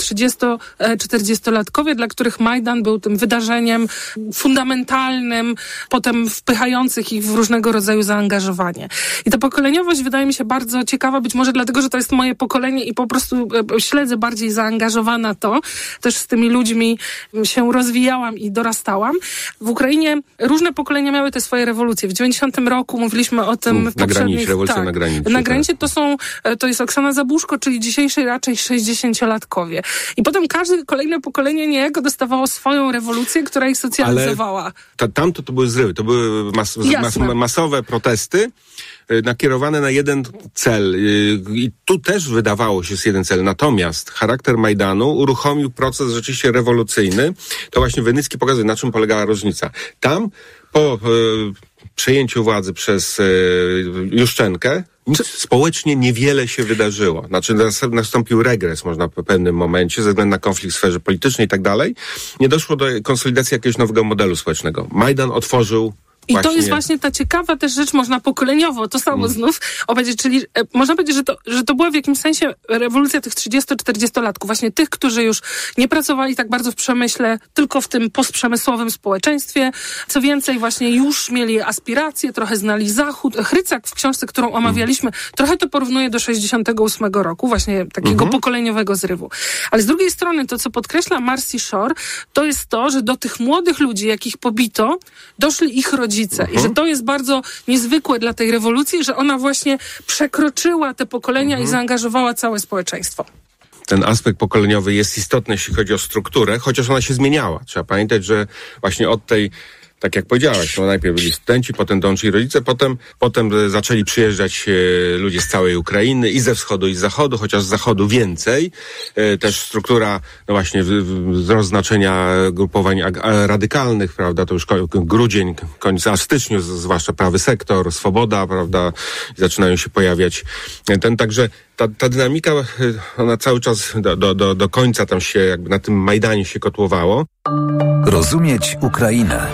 trzydziesto-czterdziestolatkowie, dla których Majdan był tym wydarzeniem fundamentalnym, potem wpychających ich w różnego rodzaju zaangażowanie. I ta pokoleniowość wydaje mi się bardzo ciekawa, być może dlatego, że to jest moje pokolenie i po prostu śledzę bardziej zaangażowana to. Też z tymi ludźmi się rozwijałam i dorastałam. W Ukrainie różne pokolenia miały te swoje rewolucje. W dziewięćdziesiątym roku mówiliśmy o tym w na granicy, rewolucja tak, na granicy. Na granicy to są, to jest Oksana Zabuszko, czyli dzisiejsi raczej sześćdziesięciolatkowie. I potem każde kolejne pokolenie niejako dostawało swoją rewolucję, która ich socjalizowała. Ale ta, tamto to były zrywy, to były mas, mas, masowe protesty, nakierowane na jeden cel. I tu też wydawało się jest jeden cel. Natomiast charakter Majdanu uruchomił proces rzeczywiście rewolucyjny. To właśnie Winnicki pokazuje, na czym polegała różnica. Tam po e, przejęciu władzy przez e, Juszczenkę nic społecznie niewiele się wydarzyło. Znaczy nastąpił regres, można w pewnym momencie, ze względu na konflikt w sferze politycznej i tak dalej. Nie doszło do konsolidacji jakiegoś nowego modelu społecznego. Majdan otworzył I Właśnie. to jest właśnie ta ciekawa też rzecz, można pokoleniowo, to samo mm. znów opowiedzieć, czyli e, można powiedzieć, że to, że to była w jakimś sensie rewolucja tych trzydziesto-czterdziestolatków, właśnie tych, którzy już nie pracowali tak bardzo w przemyśle, tylko w tym postprzemysłowym społeczeństwie. Co więcej, właśnie już mieli aspiracje, trochę znali Zachód. Chrycak w książce, którą omawialiśmy, mm. trochę to porównuje do sześćdziesiątego ósmego roku, właśnie takiego mm-hmm. pokoleniowego zrywu. Ale z drugiej strony to, co podkreśla Marcy Shore, to jest to, że do tych młodych ludzi, jakich pobito, doszli ich rodzice. Uh-huh. I że to jest bardzo niezwykłe dla tej rewolucji, że ona właśnie przekroczyła te pokolenia uh-huh. i zaangażowała całe społeczeństwo. Ten aspekt pokoleniowy jest istotny, jeśli chodzi o strukturę, chociaż ona się zmieniała. Trzeba pamiętać, że właśnie od tej tak jak powiedziałaś, no najpierw byli studenci, potem dołączyli rodzice, potem, potem zaczęli przyjeżdżać e, ludzie z całej Ukrainy i ze wschodu i z zachodu, chociaż z zachodu więcej. E, też struktura, no właśnie, wzrost znaczenia grupowań radykalnych, prawda, to już grudzień, koniec, a w styczniu zwłaszcza prawy sektor, swoboda, prawda, i zaczynają się pojawiać ten, także ta, ta dynamika, ona cały czas do, do, do, do końca tam się jakby na tym Majdanie się kotłowało. Rozumieć Ukrainę.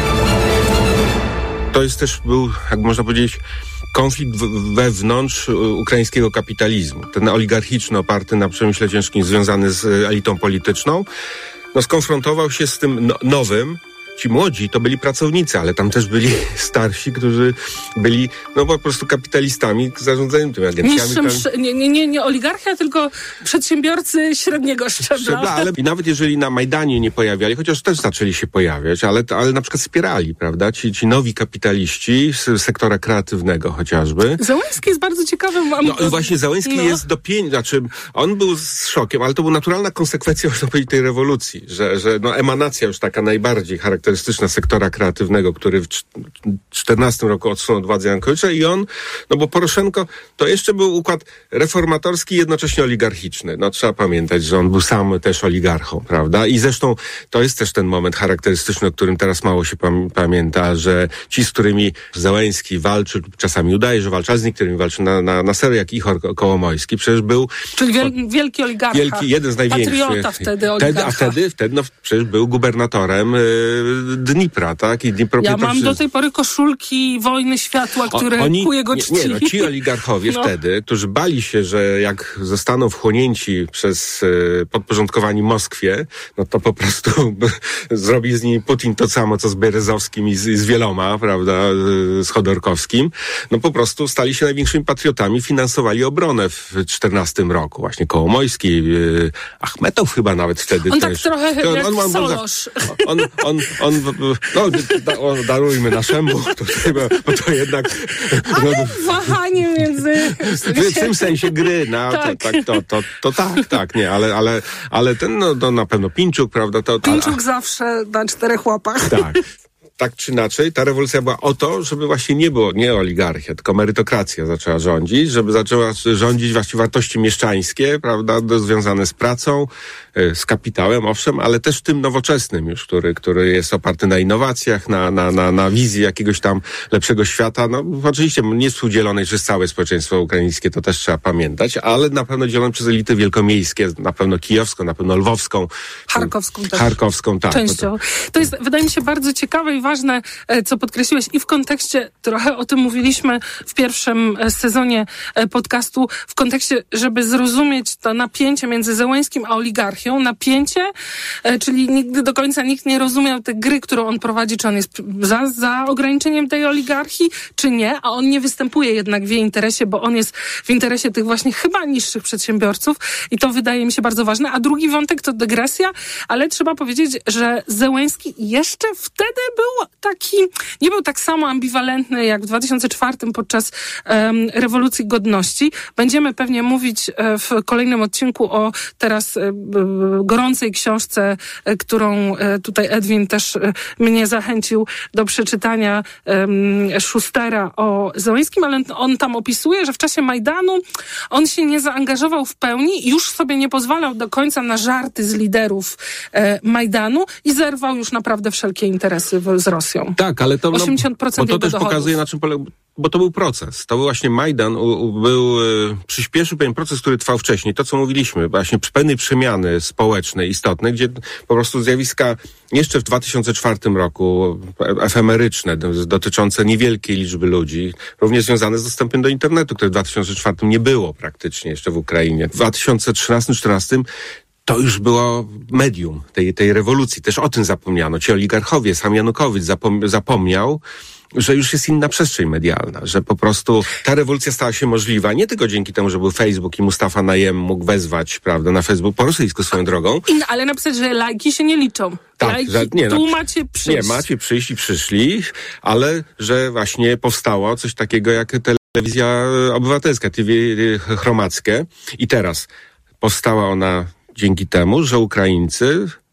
To jest też był, jak można powiedzieć, konflikt wewnątrz ukraińskiego kapitalizmu. Ten oligarchiczny, oparty na przemyśle ciężkim, związany z elitą polityczną, no skonfrontował się z tym no, nowym. Ci młodzi to byli pracownicy, ale tam też byli starsi, którzy byli no po prostu kapitalistami zarządzającymi tymi agencjami. Niższym, tam... nie, nie, nie oligarchia, tylko przedsiębiorcy średniego szczebla. szczebla ale i nawet jeżeli na Majdanie nie pojawiali, chociaż też zaczęli się pojawiać, ale, ale na przykład wspierali, prawda? Ci, ci nowi kapitaliści z sektora kreatywnego chociażby. Zełenski jest bardzo ciekawym... No i właśnie Zełenski no. jest dopięty, znaczy on był z szokiem, ale to była naturalna konsekwencja, można powiedzieć, tej rewolucji, że, że no emanacja już taka najbardziej charakterystyczna charakterystyczna sektora kreatywnego, który w czternastym roku odsunął od władzy Janukowycza i on, no bo Poroszenko to jeszcze był układ reformatorski, jednocześnie oligarchiczny. No trzeba pamiętać, że on był sam też oligarchą, prawda? I zresztą to jest też ten moment charakterystyczny, o którym teraz mało się pam- pamięta, że ci, z którymi Zełenski walczy, czasami udaje, że walczy, a z niektórymi walczy na, na, na serio, jak Ichor Kołomojski, przecież był... Czyli wiel- wielki oligarcha. Wielki, jeden z największych. Patriota wtedy oligarcha. A wtedy, wtedy no, przecież był gubernatorem y, Dnipra, tak? I Dnipro, ja mam do tej pory koszulki Wojny Światła, które o, oni, ku jego czci. Nie, nie, no, ci oligarchowie no. wtedy, którzy bali się, że jak zostaną wchłonięci przez y, podporządkowani Moskwie, no to po prostu zrobi z nimi Putin to samo, co z Berezowskim i z, i z wieloma, prawda, z Chodorkowskim. No po prostu stali się największymi patriotami, finansowali obronę w czternastym roku. Właśnie Kołomojski, y, Achmetow chyba nawet wtedy on też. tak trochę to on, jak on, on, Solosz. On, on, on, on no, da, o, darujmy naszemu, tutaj, bo, bo to jednak... Ale no, wahanie między... W, w tym sensie gry, no, tak. To, tak, to, to, to tak, tak, nie, ale, ale, ale ten, no, to na pewno Pinczuk, prawda? To, Pinczuk a, zawsze na czterech łapach. Tak. Tak czy inaczej, ta rewolucja była o to, żeby właśnie nie było, nie oligarchia, tylko merytokracja zaczęła rządzić, żeby zaczęła rządzić właśnie wartości mieszczańskie, prawda, związane z pracą, z kapitałem, owszem, ale też tym nowoczesnym już, który, który jest oparty na innowacjach, na, na, na, na wizji jakiegoś tam lepszego świata. No oczywiście nie współdzielonej przez całe społeczeństwo ukraińskie, to też trzeba pamiętać, ale na pewno dzielonej przez elity wielkomiejskie, na pewno kijowską, na pewno lwowską. Charkowską też. Charkowską, tak. Częścią. To jest, wydaje mi się, bardzo ciekawe i ważne, co podkreśliłeś i w kontekście, trochę o tym mówiliśmy w pierwszym sezonie podcastu, w kontekście, żeby zrozumieć to napięcie między Zełenskim a oligarchią, napięcie, czyli nigdy do końca nikt nie rozumiał tej gry, którą on prowadzi, czy on jest za, za ograniczeniem tej oligarchii, czy nie, a on nie występuje jednak w jej interesie, bo on jest w interesie tych właśnie chyba niższych przedsiębiorców i to wydaje mi się bardzo ważne. A drugi wątek to dygresja, ale trzeba powiedzieć, że Zełenski jeszcze wtedy był taki, nie był tak samo ambiwalentny jak w dwa tysiące czwartym podczas um, rewolucji godności. Będziemy pewnie mówić e, w kolejnym odcinku o teraz e, gorącej książce, e, którą e, tutaj Edwin też e, mnie zachęcił do przeczytania e, Schustera o Zełenskim, ale on tam opisuje, że w czasie Majdanu on się nie zaangażował w pełni, już sobie nie pozwalał do końca na żarty z liderów e, Majdanu i zerwał już naprawdę wszelkie interesy w, z Rosją. Tak, ale to, no, osiemdziesiąt procent bo to też dochodów. pokazuje, na czym polega, bo to był proces. To był właśnie Majdan, u, u, był, y, przyspieszył pewien proces, który trwał wcześniej. To, co mówiliśmy, właśnie przy pewnej przemiany społecznej, istotnej, gdzie po prostu zjawiska jeszcze w dwa tysiące czwartym roku efemeryczne, dotyczące niewielkiej liczby ludzi, również związane z dostępem do internetu, które w dwa tysiące czwartym nie było praktycznie jeszcze w Ukrainie. W dwa tysiące trzynastym czternastym to już było medium tej, tej rewolucji. Też o tym zapomniano. Ci oligarchowie, sam Janukowicz zapom- zapomniał, że już jest inna przestrzeń medialna, że po prostu ta rewolucja stała się możliwa nie tylko dzięki temu, że był Facebook i Mustafa Najem mógł wezwać, prawda, na Facebook po rosyjsku swoją drogą. I, ale napisać, że lajki się nie liczą. Tak, lajki, że, nie, tu no, macie przyjść. Nie, macie przyjść i przyszli, ale że właśnie powstało coś takiego jak telewizja obywatelska, T V chromackie i teraz powstała ona dzięki temu, że Ukraińcy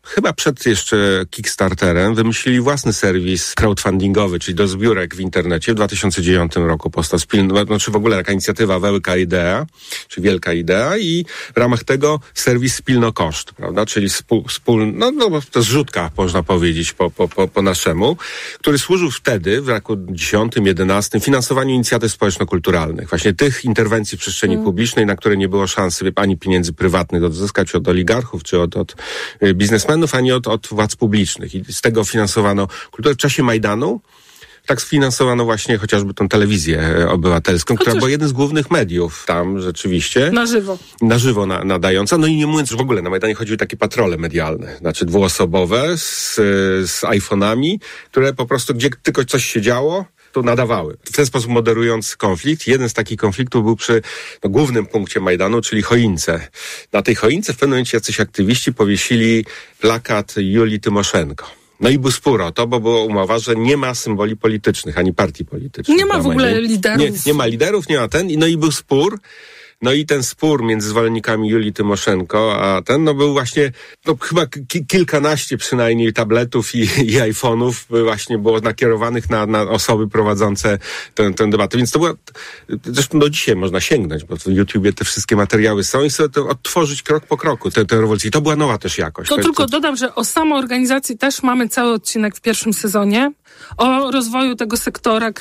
chyba przed jeszcze Kickstarterem, wymyślili własny serwis crowdfundingowy, czyli do zbiórek w internecie. W dwa tysiące dziewiątym roku powstał spilny, znaczy w ogóle taka inicjatywa Wielka Idea, czy Wielka Idea i w ramach tego serwis Spilnokoszt, prawda, czyli spół, spól, no, no to zrzutka, można powiedzieć po, po, po, po naszemu, który służył wtedy, w roku dziesiątym, jedenastym, finansowaniu inicjatyw społeczno-kulturalnych. Właśnie tych interwencji w przestrzeni hmm. publicznej, na które nie było szansy ani pieniędzy prywatnych odzyskać od oligarchów, czy od, od biznesmenów, ani od, od władz publicznych. I z tego finansowano kulturę. W czasie Majdanu tak sfinansowano właśnie chociażby tą telewizję obywatelską, Chociaż... która była jednym z głównych mediów tam rzeczywiście. Na żywo. Na żywo na, nadająca. No i nie mówiąc, że w ogóle na Majdanie chodziły takie patrole medialne, znaczy dwuosobowe z, z iPhone'ami, które po prostu, gdzie tylko coś się działo, to nadawały. W ten sposób moderując konflikt. Jeden z takich konfliktów był przy no, głównym punkcie Majdanu, czyli choince. Na tej choince w pewnym momencie jacyś aktywiści powiesili plakat Julii Tymoszenko. No i był spór o to, bo była umowa, że nie ma symboli politycznych, ani partii politycznych. Nie ma w ogóle liderów. Nie, nie ma liderów, nie ma ten. No i był spór. No i ten spór między zwolennikami Julii Tymoszenko, a ten, no był właśnie, no chyba ki- kilkanaście przynajmniej tabletów i, i iPhone'ów właśnie było nakierowanych na, na osoby prowadzące tę, tę debatę. Więc to była, zresztą do dzisiaj można sięgnąć, bo w YouTubie te wszystkie materiały są i sobie to odtworzyć krok po kroku tę, tę rewolucję. I to była nowa też jakość. To, to tylko to... dodam, że o samoorganizacji też mamy cały odcinek w pierwszym sezonie. O rozwoju tego sektora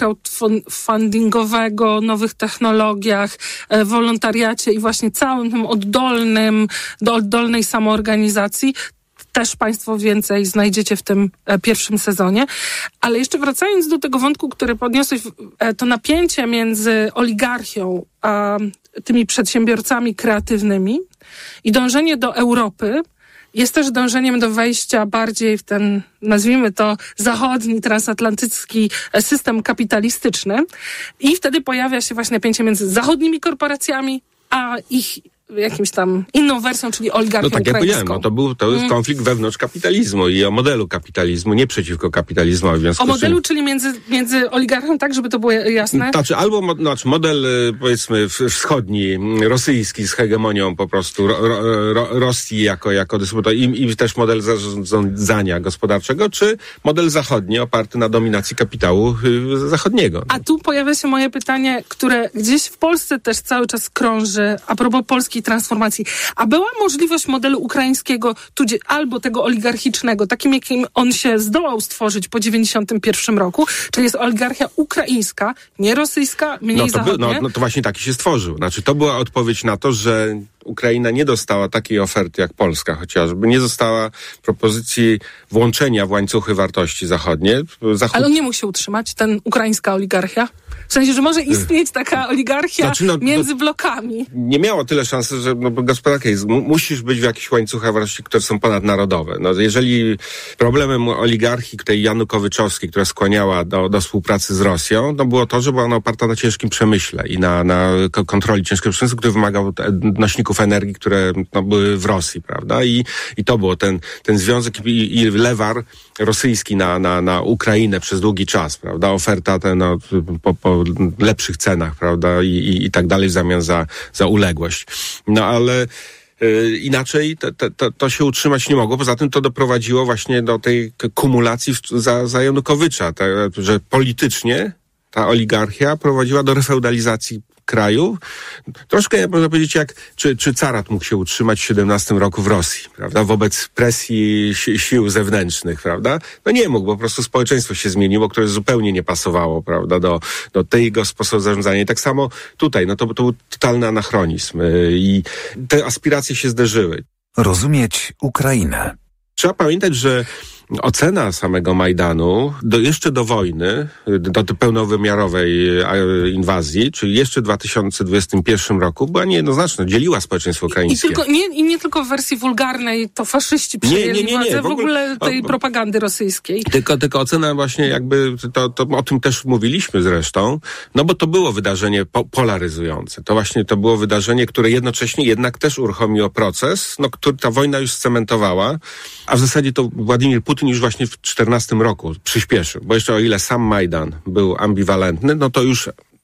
crowdfundingowego, nowych technologiach, e, wolontariacie i właśnie całym tym oddolnym, do oddolnej samoorganizacji. Też Państwo więcej znajdziecie w tym e, pierwszym sezonie. Ale jeszcze wracając do tego wątku, który podniosłeś, e, to napięcie między oligarchią a tymi przedsiębiorcami kreatywnymi i dążenie do Europy jest też dążeniem do wejścia bardziej w ten, nazwijmy to, zachodni, transatlantycki system kapitalistyczny. I wtedy pojawia się właśnie napięcie między zachodnimi korporacjami a ich jakimś tam inną wersją, czyli oligarchią No tak jak ukraińską. powiedziałem, no to był to jest mm. konflikt wewnątrz kapitalizmu i o modelu kapitalizmu, nie przeciwko kapitalizmowi. W związku o modelu, czym... czyli między, między oligarchią, tak, żeby to było jasne? Znaczy, albo znaczy model, powiedzmy, wschodni, rosyjski z hegemonią po prostu ro, ro, Rosji jako, jako dystrybutor i, i też model zarządzania gospodarczego, czy model zachodni oparty na dominacji kapitału y, zachodniego. A tu pojawia się moje pytanie, które gdzieś w Polsce też cały czas krąży, a propos polskiej transformacji. A była możliwość modelu ukraińskiego, tudzież albo tego oligarchicznego, takim jakim on się zdołał stworzyć po dziewięćdziesiątym pierwszym roku, czyli jest oligarchia ukraińska, nie rosyjska, mniej no to zachodnia. By, no, no to właśnie taki się stworzył. Znaczy to była odpowiedź na to, że Ukraina nie dostała takiej oferty jak Polska chociażby. Nie dostała propozycji włączenia w łańcuchy wartości zachodnie. Zachód... Ale on nie mógł się utrzymać, ten ukraińska oligarchia? W sensie, że może istnieć taka oligarchia znaczy, no, między blokami. Nie miało tyle szansy, że no, gospodarka jest. Musisz być w jakichś łańcuchach wartości, które są ponadnarodowe. No, jeżeli problemem oligarchii tej janukowyczowskiej, która skłaniała do, do współpracy z Rosją, no było to, że była ona oparta na ciężkim przemyśle i na, na kontroli ciężkiego przemysłu, który wymagał nośników energii, które no, były w Rosji, prawda? I, i to było ten, ten związek i, i lewar rosyjski na, na, na Ukrainę przez długi czas, prawda? Oferta ten, no, po, po lepszych cenach, prawda? I, i, i tak dalej w zamian za, za uległość. No ale yy, inaczej to, to, to się utrzymać nie mogło. Poza tym to doprowadziło właśnie do tej kumulacji w, za, za Janukowycza, ta, że politycznie ta oligarchia prowadziła do refeudalizacji kraju. Troszkę, można powiedzieć, jak czy, czy carat mógł się utrzymać w siedemnastym roku w Rosji, prawda? Wobec presji si- sił zewnętrznych, prawda? No nie mógł, bo po prostu społeczeństwo się zmieniło, które zupełnie nie pasowało, prawda, do, do tego sposobu zarządzania. I tak samo tutaj, no to, to był totalny anachronizm i te aspiracje się zderzyły. Rozumieć Ukrainę. Trzeba pamiętać, że ocena samego Majdanu do, jeszcze do wojny, do tej pełnowymiarowej inwazji, czyli jeszcze w dwa tysiące dwudziestym pierwszym roku była niejednoznaczna, dzieliła społeczeństwo ukraińskie. I, i, tylko, nie, I nie tylko w wersji wulgarnej, to faszyści przejęli nie, nie, nie, nie. władzę, w ogóle, w ogóle tej o, propagandy rosyjskiej. Tylko, tylko ocena właśnie jakby, to, to o tym też mówiliśmy zresztą, no bo to było wydarzenie po, polaryzujące. To właśnie to było wydarzenie, które jednocześnie jednak też uruchomiło proces, no który ta wojna już scementowała, a w zasadzie to Władimir Putin już właśnie w czternastym roku przyspieszył, bo jeszcze o ile sam Majdan był ambiwalentny, no to już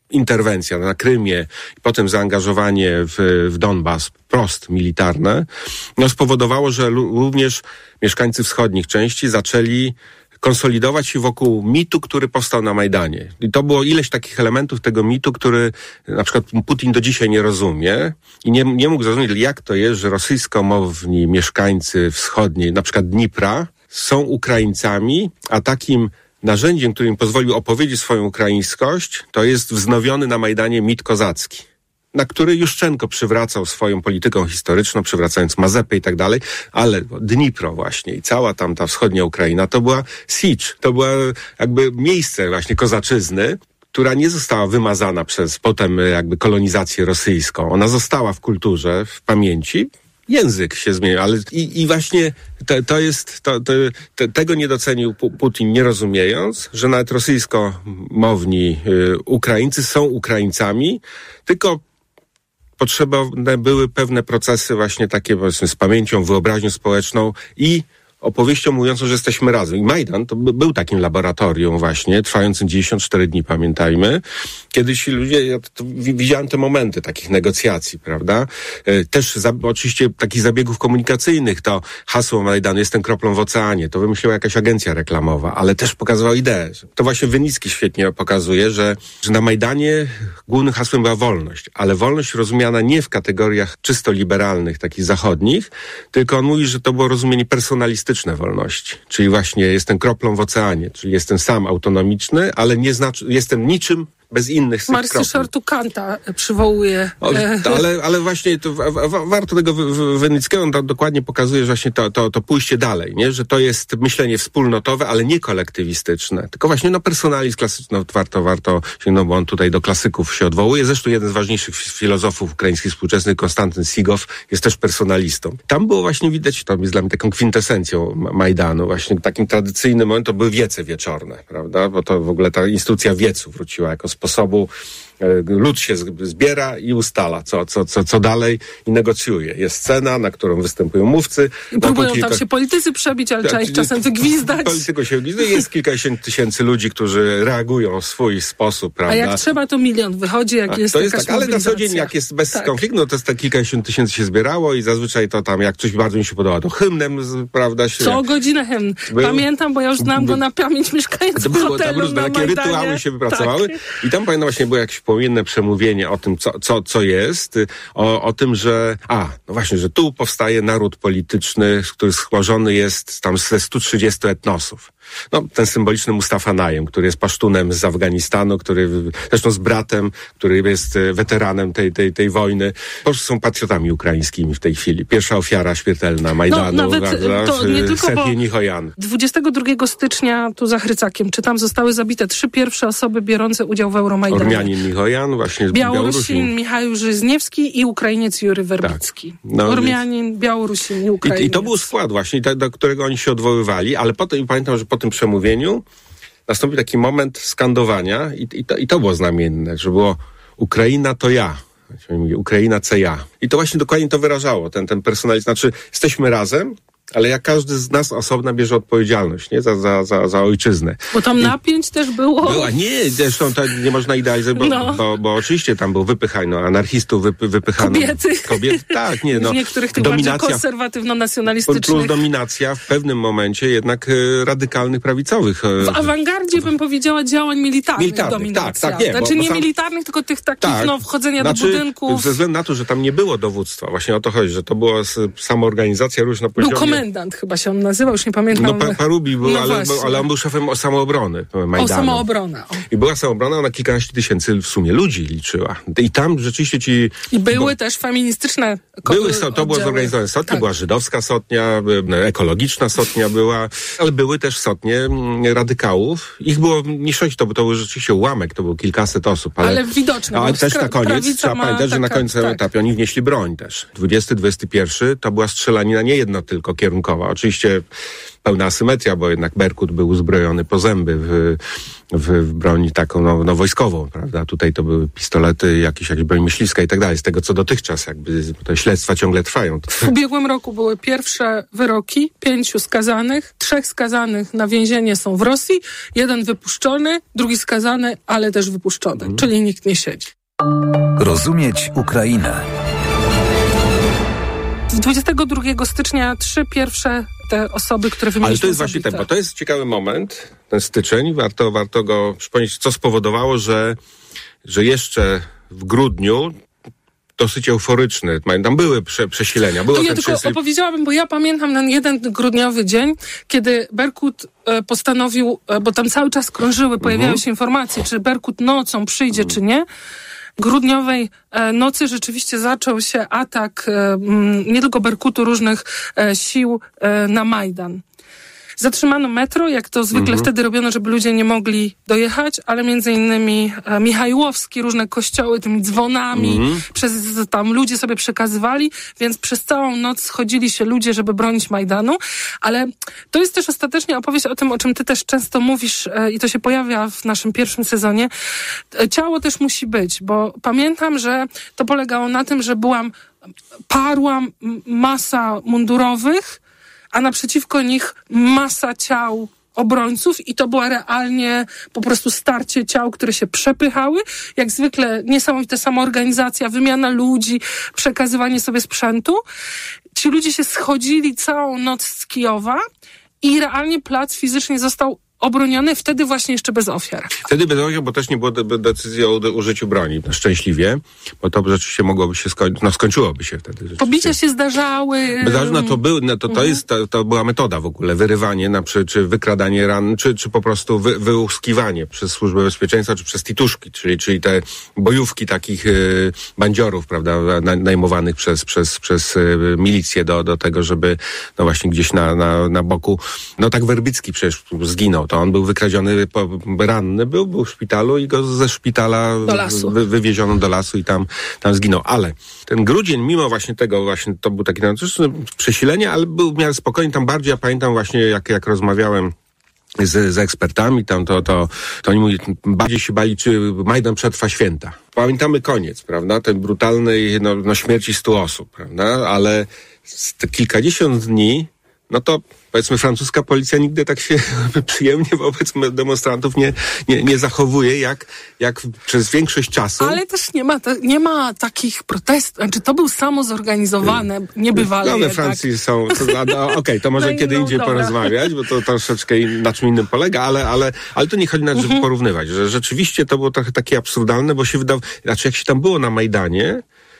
interwencja na Krymie i potem zaangażowanie w, w Donbas, prost militarne, no spowodowało, że lu- również mieszkańcy wschodnich części zaczęli konsolidować się wokół mitu, który powstał na Majdanie. I to było ileś takich elementów tego mitu, który na przykład Putin do dzisiaj nie rozumie i nie, nie mógł zrozumieć, jak to jest, że rosyjskomowni mieszkańcy wschodniej, na przykład Dnipra, są Ukraińcami, a takim narzędziem, które im pozwolił opowiedzieć swoją ukraińskość, to jest wznowiony na Majdanie mit kozacki, na który Juszczenko przywracał swoją polityką historyczną, przywracając Mazepę i tak dalej, ale Dnipro właśnie i cała tamta wschodnia Ukraina to była Sicz, to była jakby miejsce właśnie kozaczyzny, która nie została wymazana przez potem jakby kolonizację rosyjską. Ona została w kulturze, w pamięci. Język się zmienił, ale i, i właśnie to, to jest, to, to, to, tego nie docenił Putin, nie rozumiejąc, że nawet rosyjskomowni y, Ukraińcy są Ukraińcami, tylko potrzebne były pewne procesy właśnie takie, powiedzmy, z pamięcią, wyobraźnią społeczną i opowieścią mówiącą, że jesteśmy razem. I Majdan to by, był takim laboratorium właśnie, trwającym dziewięćdziesiąt cztery dni, pamiętajmy. Kiedy ci ludzie, ja to, widziałem te momenty takich negocjacji, prawda? E, też za, oczywiście takich zabiegów komunikacyjnych, to hasło Majdanu jestem kroplą w oceanie, to wymyśliła jakaś agencja reklamowa, ale też pokazywał ideę. To właśnie Wynicki świetnie pokazuje, że, że na Majdanie głównym hasłem była wolność, ale wolność rozumiana nie w kategoriach czysto liberalnych, takich zachodnich, tylko on mówi, że to było rozumienie personalistyczne wolności. Czyli właśnie jestem kroplą w oceanie, czyli jestem sam autonomiczny, ale nie znaczy, jestem niczym bez innych z tych Marcy Shortu Kanta przywołuje. O, ale, ale właśnie to, w, w, warto tego Wynickiego, on to dokładnie pokazuje, że właśnie to, to, to pójście dalej, nie? Że to jest myślenie wspólnotowe, ale nie kolektywistyczne, tylko właśnie no personalizm klasyczny, no, warto, warto się, no bo on tutaj do klasyków się odwołuje. Zresztą jeden z ważniejszych filozofów ukraińskich współczesnych, Konstantyn Sigow, jest też personalistą. Tam było właśnie widać, to jest dla mnie taką kwintesencją Majdanu, właśnie takim tradycyjnym momentem, to były wiece wieczorne, prawda? Bo to w ogóle ta instytucja wiecu wróciła jako sposobu, lud się zbiera i ustala, co, co, co, co dalej i negocjuje. Jest scena, na którą występują mówcy. I próbują kilka... tam się politycy przebić, ale tak, trzeba ich czasem wygwizdać. Polityko się gwizdać. Jest kilkadziesiąt tysięcy ludzi, którzy reagują w swój sposób, prawda? A jak trzeba, to milion wychodzi, jak A, jest to jest jakaś tak, ale na co dzień, jak jest bez tak. konfliktu, no to jest tak kilkadziesiąt tysięcy się zbierało i zazwyczaj to tam, jak coś bardzo mi się podoba, to hymnem, prawda? Się, co godzinę hymn. Był, Pamiętam, bo ja już znam go na pamięć mieszkańców to było, hotelu tam na takie Majdanie. Rytuały się wypracowały tak. I tam pamiętam właśnie było jakieś płomienne przemówienie o tym, co, co, co jest, o, o tym, że a, no właśnie, że tu powstaje naród polityczny, który złożony jest tam ze stu trzydziestu etnosów. No, ten symboliczny Mustafa Najem, który jest pasztunem z Afganistanu, który zresztą z bratem, który jest weteranem tej, tej, tej wojny. Po prostu są patriotami ukraińskimi w tej chwili. Pierwsza ofiara śmiertelna Majdanu, no, nawet to nie tylko, Serhiej Nichojan. dwudziestego drugiego stycznia tu za Chrycakiem, czy tam zostały zabite trzy pierwsze osoby biorące udział w Euromajdanie. Ormianin Nichojan, właśnie z Białorusin Michał Żyzniewski i Ukrainiec Jury Werbicki. Tak. No, Ormianin, więc... Białorusin i Ukrainiec. I, I to był skład właśnie, do którego oni się odwoływali, ale potem pamiętam, że po tym przemówieniu nastąpił taki moment skandowania i, i, to, i to było znamienne, że było Ukraina to ja. Ukraina co ja. I to właśnie dokładnie to wyrażało, ten, ten personalizm. Znaczy, jesteśmy razem, ale jak każdy z nas osobna bierze odpowiedzialność, nie? Za, za, za, za ojczyznę. Bo tam I napięć też było. Była, nie, zresztą to nie można idealizować, bo, no. bo, bo oczywiście tam był wypychano, anarchistów wypy, wypychano. Kobiety. Kobiety, tak, nie, no. W niektórych tych bardziej konserwatywno-nacjonalistycznych. Plus dominacja w pewnym momencie jednak e, radykalnych prawicowych. E, w awangardzie bym powiedziała działań militarnych, militarnych dominacja. Tak, tak, nie. Znaczy bo, bo nie sam... militarnych, tylko tych takich, tak, no, wchodzenia znaczy, do budynków. Ze względu na to, że tam nie było dowództwa, właśnie o to chodzi, że to była samoorganizacja różna poziomie. Komendant chyba się on nazywał, już nie pamiętam. No pa, Parubi był, no ale, ale on był szefem o samoobrony Majdanu. O samoobrona. O. I była samoobrona, ona kilkanaście tysięcy w sumie ludzi liczyła. I tam rzeczywiście ci... I były bo, też feministyczne były, so, To było zorganizowane sotnie, tak. Była żydowska sotnia, ekologiczna sotnia była, ale były też sotnie radykałów. Ich było mniejszość, to, to był rzeczywiście ułamek, to było kilkaset osób. Ale, ale widoczne. Ale też na koniec, trzeba pamiętać, że na końcu tak. etapie oni wnieśli broń też. dwudziesty dwudziesty pierwszy to była strzelanina nie jedna tylko kierunkowa. Oczywiście pełna asymetria, bo jednak Berkut był uzbrojony po zęby w, w, w broni taką no, no wojskową, prawda? Tutaj to były pistolety, jakieś, jakieś broń myśliwska i tak dalej. Z tego co dotychczas jakby te śledztwa ciągle trwają. W ubiegłym roku były pierwsze wyroki, pięciu skazanych, trzech skazanych na więzienie są w Rosji, jeden wypuszczony, drugi skazany, ale też wypuszczony, hmm. czyli nikt nie siedzi. Rozumieć Ukrainę. dwudziestego drugiego stycznia trzy pierwsze te osoby, które wymieniliśmy. Ale to jest właśnie tak, bo to jest ciekawy moment, ten styczeń, warto, warto go przypomnieć, co spowodowało, że, że jeszcze w grudniu dosyć euforyczny. Tam były prze, przesilenia. Było to ja tylko trzydzieści... opowiedziałabym, bo ja pamiętam ten jeden grudniowy dzień, kiedy Berkut e, postanowił, e, bo tam cały czas krążyły, pojawiały mhm. się informacje, czy Berkut nocą przyjdzie, mhm. czy nie. Grudniowej e, nocy rzeczywiście zaczął się atak e, m, nie tylko Berkutu, różnych e, sił e, na Majdan. Zatrzymano metro, jak to zwykle mhm. wtedy robiono, żeby ludzie nie mogli dojechać, ale między innymi e, Michajłowski, różne kościoły tymi dzwonami, mhm. przez tam ludzie sobie przekazywali, więc przez całą noc schodzili się ludzie, żeby bronić Majdanu, ale to jest też ostatecznie opowieść o tym, o czym ty też często mówisz e, i to się pojawia w naszym pierwszym sezonie. E, ciało też musi być, bo pamiętam, że to polegało na tym, że byłam, parła masa mundurowych, a naprzeciwko nich masa ciał obrońców i to była realnie po prostu starcie ciał, które się przepychały. Jak zwykle niesamowita samoorganizacja, wymiana ludzi, przekazywanie sobie sprzętu. Ci ludzie się schodzili całą noc z Kijowa i realnie plac fizycznie został obroniony, wtedy właśnie jeszcze bez ofiar. Wtedy bez ofiar, bo też nie było de- decyzji o użyciu broni. No, szczęśliwie, bo to rzeczywiście mogłoby się skończyć, no skończyłoby się wtedy. Pobicia się zdarzały. Zdarza, no to, był, no to, to, mhm. jest, to, to była metoda w ogóle, wyrywanie, na, czy, czy wykradanie ran, czy, czy po prostu wy, wyłuskiwanie przez Służbę Bezpieczeństwa, czy przez tituszki, czyli, czyli te bojówki takich y, bandziorów, prawda, na, najmowanych przez, przez, przez y, milicję do, do tego, żeby no właśnie gdzieś na, na, na boku, no tak Werbicki przecież zginął. To on był wykradziony, ranny był, był w szpitalu i go ze szpitala do lasu. Wy, wywieziono do lasu i tam, tam zginął. Ale ten grudzień, mimo właśnie tego, właśnie to był taki no, przesilenie, ale był w miarę spokojny. Tam bardziej, ja pamiętam właśnie, jak, jak rozmawiałem z, z ekspertami, tam to, to, to oni mówili, bardziej się bali, czy Majdan przetrwa święta. Pamiętamy koniec, prawda, tej brutalnej no, no śmierci stu osób, prawda, ale te kilkadziesiąt dni, no to powiedzmy francuska policja nigdy tak się przyjemnie wobec demonstrantów nie, nie, nie zachowuje, jak, jak przez większość czasu. Ale też nie ma, nie ma takich protestów. Znaczy to był samozorganizowane, niebywale. No we Francji tak. są, okej, okay, to może no kiedy no, indziej dobra. porozmawiać, bo to troszeczkę na czym innym polega, ale, ale, ale to nie chodzi nawet, żeby mhm. porównywać, że rzeczywiście to było trochę takie absurdalne, bo się wydawało, znaczy jak się tam było na Majdanie,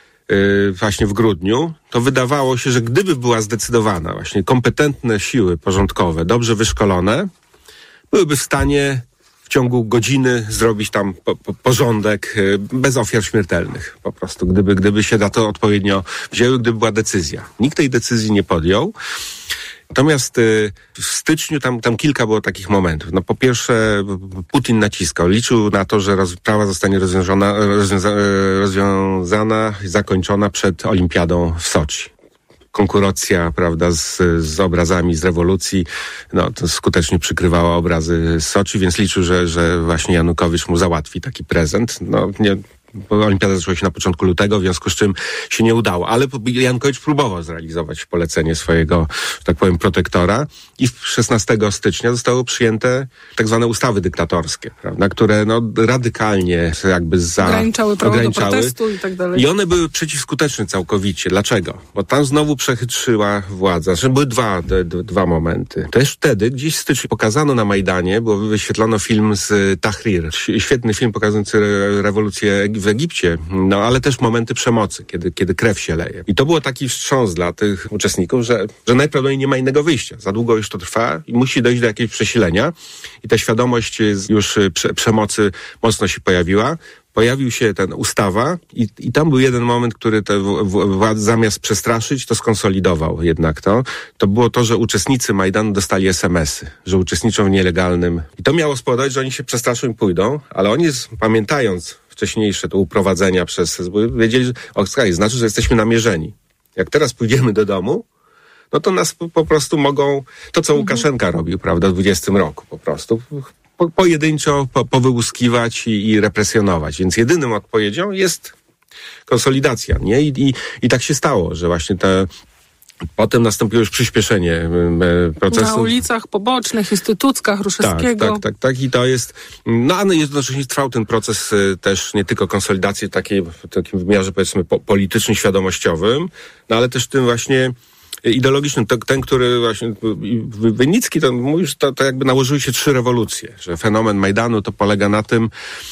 Yy, właśnie w grudniu, to wydawało się, że gdyby była zdecydowana, właśnie kompetentne siły porządkowe, dobrze wyszkolone, byłyby w stanie w ciągu godziny zrobić tam po, po, porządek yy, bez ofiar śmiertelnych. Po prostu, gdyby, gdyby się na to odpowiednio wzięły, gdyby była decyzja. Nikt tej decyzji nie podjął. Natomiast y, w styczniu tam, tam kilka było takich momentów. No po pierwsze Putin naciskał, liczył na to, że sprawa zostanie rozwiązana, rozwiąza, rozwiązana i zakończona przed Olimpiadą w Soczi. Konkurencja, prawda, z, z obrazami z rewolucji, no to skutecznie przykrywała obrazy z Soczi, więc liczył, że, że właśnie Janukowicz mu załatwi taki prezent. No nie... Olimpiada zaczęła się na początku lutego, w związku z czym się nie udało. Ale Janukowicz próbował zrealizować polecenie swojego, że tak powiem, protektora i szesnastego stycznia zostały przyjęte tak zwane ustawy dyktatorskie, prawda, które no, radykalnie jakby za... Ograniczały prawo do protestu i tak dalej. I one były przeciwskuteczne całkowicie. Dlaczego? Bo tam znowu przechytrzyła władza. Znaczy były dwa, d, d, dwa momenty. Też wtedy, gdzieś w styczniu pokazano na Majdanie, bo wyświetlono film z Tahrir. Świetny film pokazujący rewolucję w Egipcie, no ale też momenty przemocy, kiedy, kiedy krew się leje. I to było taki wstrząs dla tych uczestników, że, że najprawdopodobniej nie ma innego wyjścia. Za długo już to trwa i musi dojść do jakiegoś przesilenia. I ta świadomość już prze, przemocy mocno się pojawiła. Pojawił się ten ustawa i, i tam był jeden moment, który te władze zamiast przestraszyć, to skonsolidował jednak to. To było to, że uczestnicy Majdanu dostali es em esy, że uczestniczą w nielegalnym. I to miało spowodować, że oni się przestraszą i pójdą, ale oni pamiętając wcześniejsze to uprowadzenia przez wiedzieli, że okej, znaczy, że jesteśmy namierzeni. Jak teraz pójdziemy do domu, no to nas po, po prostu mogą, to co Łukaszenka mhm. robił, prawda, w dwudziestym roku po prostu, po, pojedynczo po, powyłuskiwać i, i represjonować. Więc jedyną odpowiedzią jest konsolidacja, nie? I, i, i tak się stało, że właśnie te potem nastąpiło już przyspieszenie procesu. Na ulicach pobocznych, instytuckach Ruszewskiego. Tak, tak, tak, tak. I to jest, no ale jednocześnie trwał ten proces też nie tylko konsolidacji takiej, w takim wymiarze powiedzmy po, politycznym, świadomościowym, no ale też tym właśnie ideologicznym. To, ten, który właśnie, Winnicki to mówi, że to, to jakby nałożyły się trzy rewolucje, że fenomen Majdanu to polega na tym,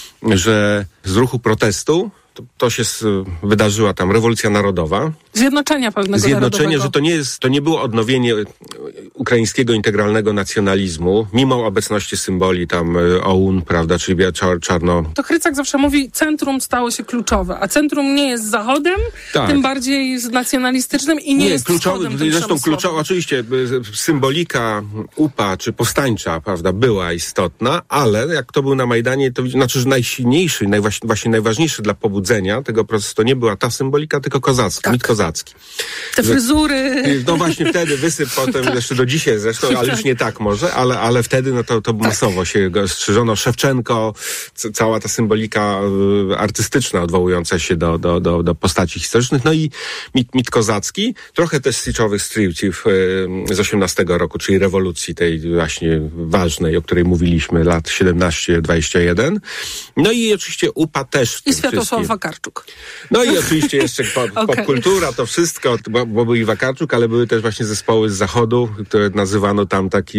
że z ruchu protestu To, to się z, wydarzyła tam rewolucja narodowa. Zjednoczenia pewnego Zjednoczenie, narodowego. że to nie jest, to nie było odnowienie ukraińskiego integralnego nacjonalizmu, mimo obecności symboli tam O U N, prawda, czyli czar, czarno... To Chrycak zawsze mówi, centrum stało się kluczowe, a centrum nie jest zachodem, tak. tym bardziej nacjonalistycznym i nie, nie jest kluczowy, wschodem. Zresztą kluczowa, oczywiście symbolika U P A czy powstańcza, prawda, była istotna, ale jak to był na Majdanie, to znaczy, że najsilniejszy, najwaś, właśnie najważniejszy dla pobudzenia tego procesu to nie była ta symbolika, tylko kozacka, tak. mit kozacki. Te fryzury. No właśnie wtedy wysyp potem, tak. jeszcze do dzisiaj zresztą, ale już nie tak może, ale, ale wtedy no to, to tak. masowo się go strzyżono. Szewczenko, c- cała ta symbolika y, artystyczna odwołująca się do, do, do, do postaci historycznych. No i mit, mit kozacki, trochę też siczowych stripców y, z osiemnastego roku, czyli rewolucji tej właśnie ważnej, o której mówiliśmy, lat siedemnaście dwadzieścia jeden. No i oczywiście U P A też. I Światosław Wakarczuk. No i oczywiście jeszcze pop, okay. popkultura, to wszystko, bo, bo był i Wakarczuk, ale były też właśnie zespoły z zachodu, które nazywano tam taki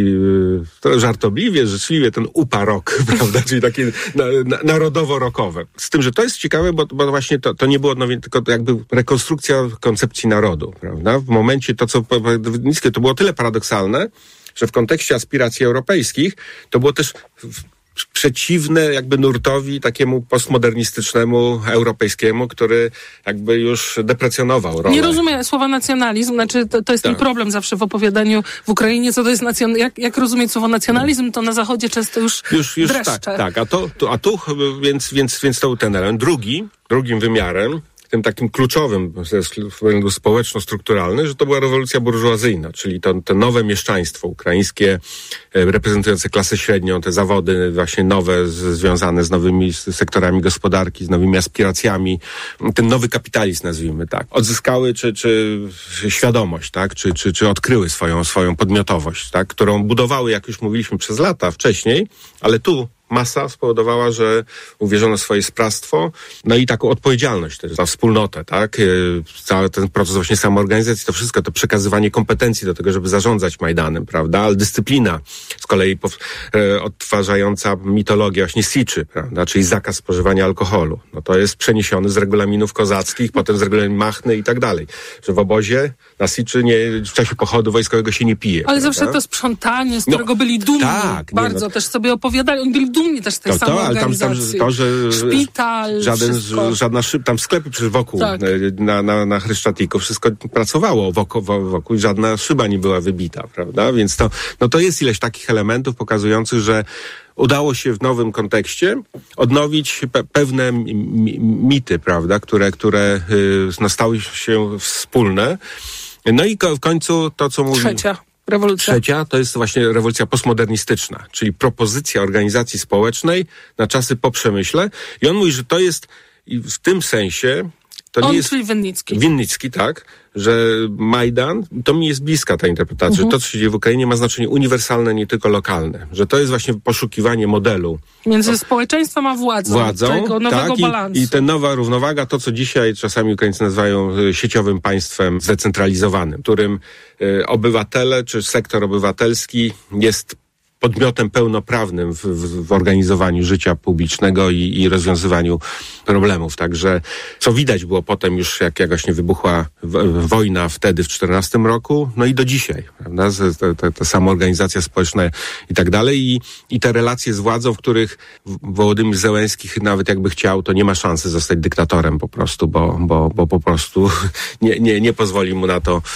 to żartobliwie, życzliwie ten U P A rock, prawda, czyli takie na, na, narodowo-rockowe. Z tym, że to jest ciekawe, bo, bo właśnie to, to nie było odnowienie, tylko jakby rekonstrukcja koncepcji narodu, prawda. W momencie to, co Winnicki, to było tyle paradoksalne, że w kontekście aspiracji europejskich to było też w, przeciwne jakby nurtowi takiemu postmodernistycznemu, europejskiemu, który jakby już deprecjonował rolę. Nie rozumiem słowa nacjonalizm, znaczy to, to jest tak. ten problem zawsze w opowiadaniu w Ukrainie, co to jest nacjonalizm. Jak, jak rozumieć słowo nacjonalizm, to na zachodzie często już, już, już dreszcze. Tak, tak. A, to, to, a tu, więc, więc, więc to był ten element. Drugi, drugim wymiarem, tym takim kluczowym ze względu społeczno-strukturalny, że to była rewolucja burżuazyjna, czyli to, to nowe mieszczaństwo ukraińskie, reprezentujące klasę średnią, te zawody właśnie nowe, z, związane z nowymi sektorami gospodarki, z nowymi aspiracjami, ten nowy kapitalizm, nazwijmy tak, odzyskały czy, czy świadomość, tak, czy, czy, czy odkryły swoją, swoją podmiotowość, tak, którą budowały, jak już mówiliśmy, przez lata wcześniej, ale tu masa spowodowała, że uwierzono w swoje sprawstwo, no i taką odpowiedzialność też za wspólnotę, tak? Cały ten proces właśnie samoorganizacji, to wszystko, to przekazywanie kompetencji do tego, żeby zarządzać Majdanem, prawda? Ale dyscyplina z kolei pow- e, odtwarzająca mitologię właśnie siczy, prawda? Czyli zakaz spożywania alkoholu. No to jest przeniesiony z regulaminów kozackich, potem z regulaminów Machny i tak dalej. Że w obozie na siczy nie, w czasie pochodu wojskowego się nie pije. Ale prawda? zawsze to sprzątanie, z którego no, byli dumni. Tak, bardzo nie, no, też sobie opowiadali. Oni byli dumni też z tej to, to, ale tam, tam to, że szpital, żaden, żadna szyb, tam sklepy przecież wokół, tak. na, na, na Chryszczatiku, wszystko pracowało wokół, wokół i żadna szyba nie była wybita, prawda? Więc to, no to jest ileś takich elementów pokazujących, że udało się w nowym kontekście odnowić pe- pewne m- mity, prawda, które, które y, no, stały się wspólne. No i ko- w końcu to, co mówi... Trzecia. Rewolucja. Trzecia to jest właśnie rewolucja postmodernistyczna, czyli propozycja organizacji społecznej na czasy po przemyśle. I on mówi, że to jest w tym sensie... To on, nie jest, czyli Winnicki. Winnicki, tak, że Majdan, to mi jest bliska ta interpretacja, uh-huh. że to, co się dzieje w Ukrainie, ma znaczenie uniwersalne, nie tylko lokalne. Że to jest właśnie poszukiwanie modelu. Między o, społeczeństwem a władzą. Władzą, tego nowego tak, balansu. I, I ta nowa równowaga, to co dzisiaj czasami Ukraińcy nazywają sieciowym państwem zdecentralizowanym, w którym y, obywatele czy sektor obywatelski jest podmiotem pełnoprawnym w, w, w organizowaniu życia publicznego i, i rozwiązywaniu problemów. Także co widać było potem już, jak, jak właśnie wybuchła w, wojna wtedy w czternastym roku, no i do dzisiaj, prawda? Ta, ta, ta samoorganizacja społeczna i tak dalej. I, i te relacje z władzą, w których Wołodymyr Zełenski nawet jakby chciał, to nie ma szansy zostać dyktatorem po prostu, bo, bo, bo po prostu nie, nie, nie pozwoli mu na to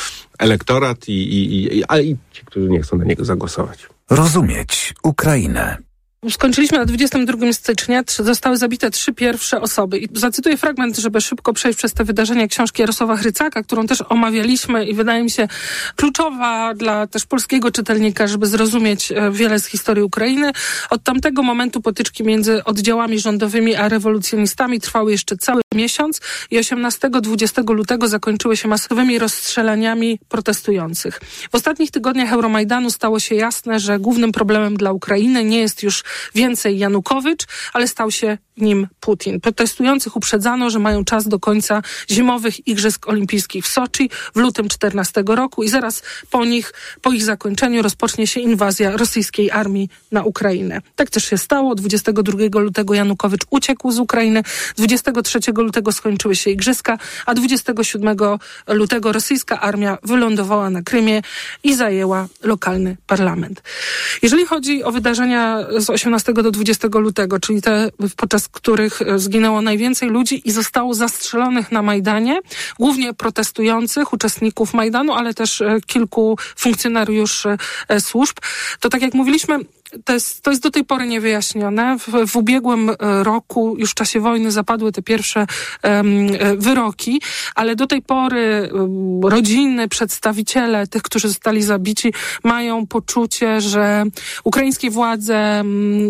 elektorat i, i, i, ale i ci, którzy nie chcą na niego zagłosować. Rozumieć Ukrainę. Skończyliśmy na dwudziestego drugiego stycznia, zostały zabite trzy pierwsze osoby. I zacytuję fragment, żeby szybko przejść przez te wydarzenia książki Jarosława Hrycaka, którą też omawialiśmy i wydaje mi się kluczowa dla też polskiego czytelnika, żeby zrozumieć wiele z historii Ukrainy. Od tamtego momentu potyczki między oddziałami rządowymi a rewolucjonistami trwały jeszcze cały miesiąc i osiemnastego dwudziestego lutego zakończyły się masowymi rozstrzelaniami protestujących. W ostatnich tygodniach Euromajdanu stało się jasne, że głównym problemem dla Ukrainy nie jest już więcej Janukowycz, ale stał się nim Putin. Protestujących uprzedzano, że mają czas do końca zimowych Igrzysk Olimpijskich w Soczi w lutym czternastego roku i zaraz po nich, po ich zakończeniu rozpocznie się inwazja rosyjskiej armii na Ukrainę. Tak też się stało. dwudziestego drugiego lutego Janukowycz uciekł z Ukrainy, dwudziestego trzeciego lutego skończyły się Igrzyska, a dwudziestego siódmego lutego rosyjska armia wylądowała na Krymie i zajęła lokalny parlament. Jeżeli chodzi o wydarzenia z osiemnastego do dwudziestego lutego, czyli te, podczas których zginęło najwięcej ludzi i zostało zastrzelonych na Majdanie, głównie protestujących, uczestników Majdanu, ale też kilku funkcjonariuszy służb, to tak jak mówiliśmy, To jest, to jest do tej pory niewyjaśnione. W, w ubiegłym roku, już w czasie wojny, zapadły te pierwsze um, wyroki, ale do tej pory um, rodziny, przedstawiciele tych, którzy zostali zabici, mają poczucie, że ukraińskie władze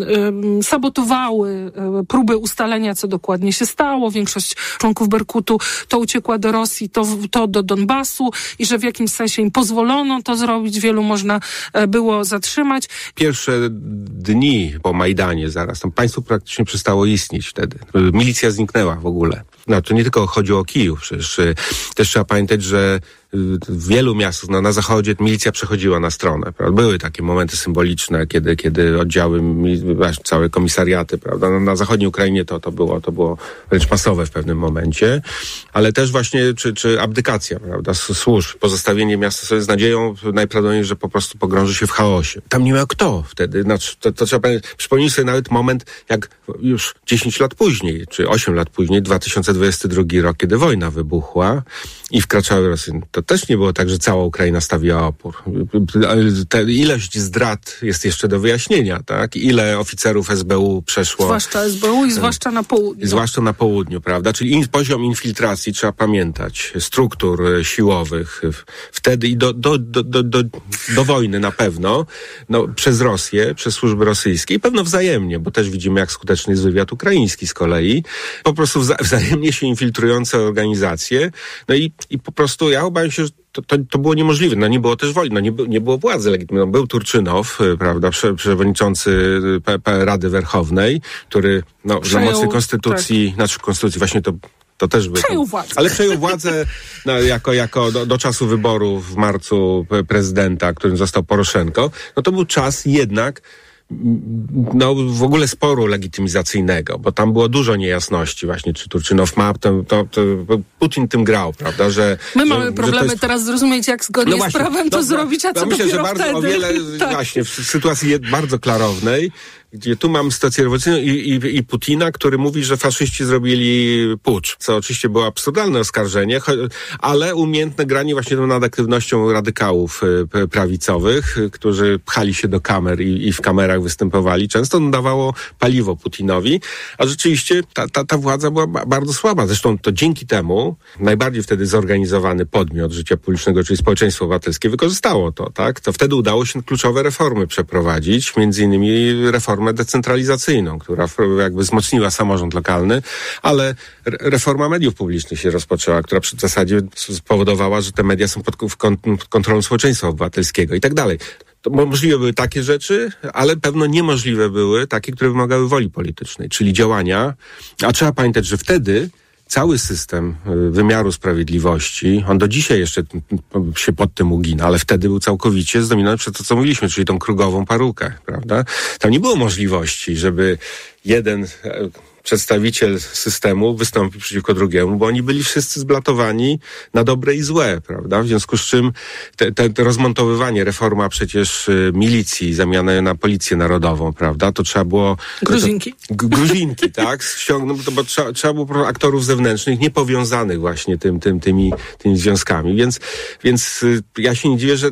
um, sabotowały um, próby ustalenia, co dokładnie się stało. Większość członków Berkutu to uciekła do Rosji, to, to do Donbasu i że w jakimś sensie im pozwolono to zrobić. Wielu można było zatrzymać. Pierwsze dni po Majdanie zaraz, tam państwo praktycznie przestało istnieć wtedy. Milicja zniknęła w ogóle. No to nie tylko chodzi o Kijów, przecież też trzeba pamiętać, że w wielu miastach no, na zachodzie milicja przechodziła na stronę. Prawda? Były takie momenty symboliczne, kiedy, kiedy oddziały, całe komisariaty, prawda? No, na zachodniej Ukrainie to, to, było, to było wręcz masowe w pewnym momencie, ale też właśnie czy, czy abdykacja, prawda? Służb, pozostawienie miasta sobie z nadzieją najprawdopodobniej, że po prostu pogrąży się w chaosie. Tam nie miał kto wtedy. Znaczy, to, to trzeba pamiętać. Przypomnij sobie nawet moment, jak już dziesięć lat później, czy osiem lat później, dwa tysiące dwudziesty drugi rok, kiedy wojna wybuchła i wkraczały Rosjanie. To też nie było tak, że cała Ukraina stawiała opór. Ta ilość zdrad jest jeszcze do wyjaśnienia, tak? Ile oficerów S B U przeszło... Zwłaszcza S B U i zwłaszcza na południu. Zwłaszcza na południu, prawda? Czyli in, poziom infiltracji, trzeba pamiętać, struktur siłowych wtedy i do, do, do, do, do, do wojny na pewno, no, przez Rosję, przez służby rosyjskie i pewno wzajemnie, bo też widzimy, jak skuteczny jest wywiad ukraiński z kolei. Po prostu wza, wzajemnie się infiltrujące organizacje. No i, i po prostu ja obawiam się, że To, to, to było niemożliwe. No nie było też woli, no nie, nie było władzy legitymnej. Był Turczynow, prawda, prze, przewodniczący P, P, Rady Werchownej, który no, na mocy konstytucji, tak. znaczy konstytucji właśnie to to też by... Przejął władzę. Ale przejął władzę no, jako, jako do, do czasu wyborów w marcu prezydenta, którym został Poroszenko. No to był czas jednak no w ogóle sporu legitymizacyjnego, bo tam było dużo niejasności właśnie, czy Turczynow ma, to, to, to Putin tym grał, prawda, że... My że, mamy problemy jest... teraz zrozumieć, jak zgodnie no właśnie, z prawem to no, zrobić, a co no, myślę, dopiero że bardzo wtedy. O wiele, tak. Właśnie, w sytuacji bardzo klarownej, gdzie tu mam sytuację rewolucyjną i, i, i Putina, który mówi, że faszyści zrobili pucz, co oczywiście było absurdalne oskarżenie, ale umiejętne granie właśnie tą nadaktywnością radykałów y, prawicowych, y, którzy pchali się do kamer i, i w kamerach występowali. Często dawało paliwo Putinowi, a rzeczywiście ta, ta, ta władza była ba- bardzo słaba. Zresztą to dzięki temu najbardziej wtedy zorganizowany podmiot życia publicznego, czyli społeczeństwo obywatelskie, wykorzystało to, tak? To wtedy udało się kluczowe reformy przeprowadzić, między innymi reformy decentralizacyjną, która jakby wzmocniła samorząd lokalny, ale reforma mediów publicznych się rozpoczęła, która w zasadzie spowodowała, że te media są pod kontrolą społeczeństwa obywatelskiego i tak dalej. To możliwe były takie rzeczy, ale pewno niemożliwe były takie, które wymagały woli politycznej, czyli działania, a trzeba pamiętać, że wtedy cały system wymiaru sprawiedliwości, on do dzisiaj jeszcze się pod tym ugina, ale wtedy był całkowicie zdominowany przez to, co mówiliśmy, czyli tą krugową parukę, prawda? Tam nie było możliwości, żeby jeden przedstawiciel systemu wystąpił przeciwko drugiemu, bo oni byli wszyscy zblatowani na dobre i złe, prawda? W związku z czym te, te, te rozmontowywanie, reforma przecież milicji, zamiana na policję narodową, prawda? To trzeba było... Gruzinki. To, g- gruzinki, tak? Ściągnąć, bo trzeba, trzeba było aktorów zewnętrznych, niepowiązanych właśnie tym, tym, tymi, tymi związkami, więc, więc ja się nie dziwię, że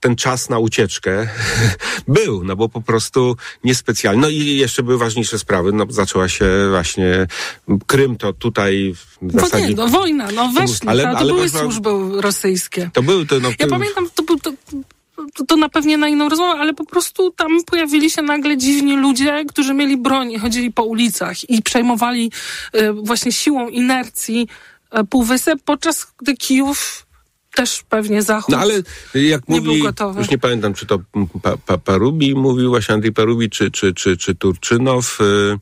ten czas na ucieczkę był, no bo po prostu niespecjalnie. No i jeszcze były ważniejsze sprawy, no zaczęła się właśnie Krym, to tutaj w zasadzie... Nie, no wojna, no weszli, ale, to, to ale były można... służby rosyjskie. To były to, no, ja pamiętam, to był to, to, to na pewnie na inną rozmowę, ale po prostu tam pojawili się nagle dziwni ludzie, którzy mieli broń i chodzili po ulicach i przejmowali y, właśnie siłą inercji y, półwysep, podczas gdy Kijów też pewnie Zachód no ale jak nie mówi, był gotowy. Już nie pamiętam, czy to pa, pa, Parubi mówił, właśnie Andrzej Parubi, czy, czy, czy, czy Turczynow, y,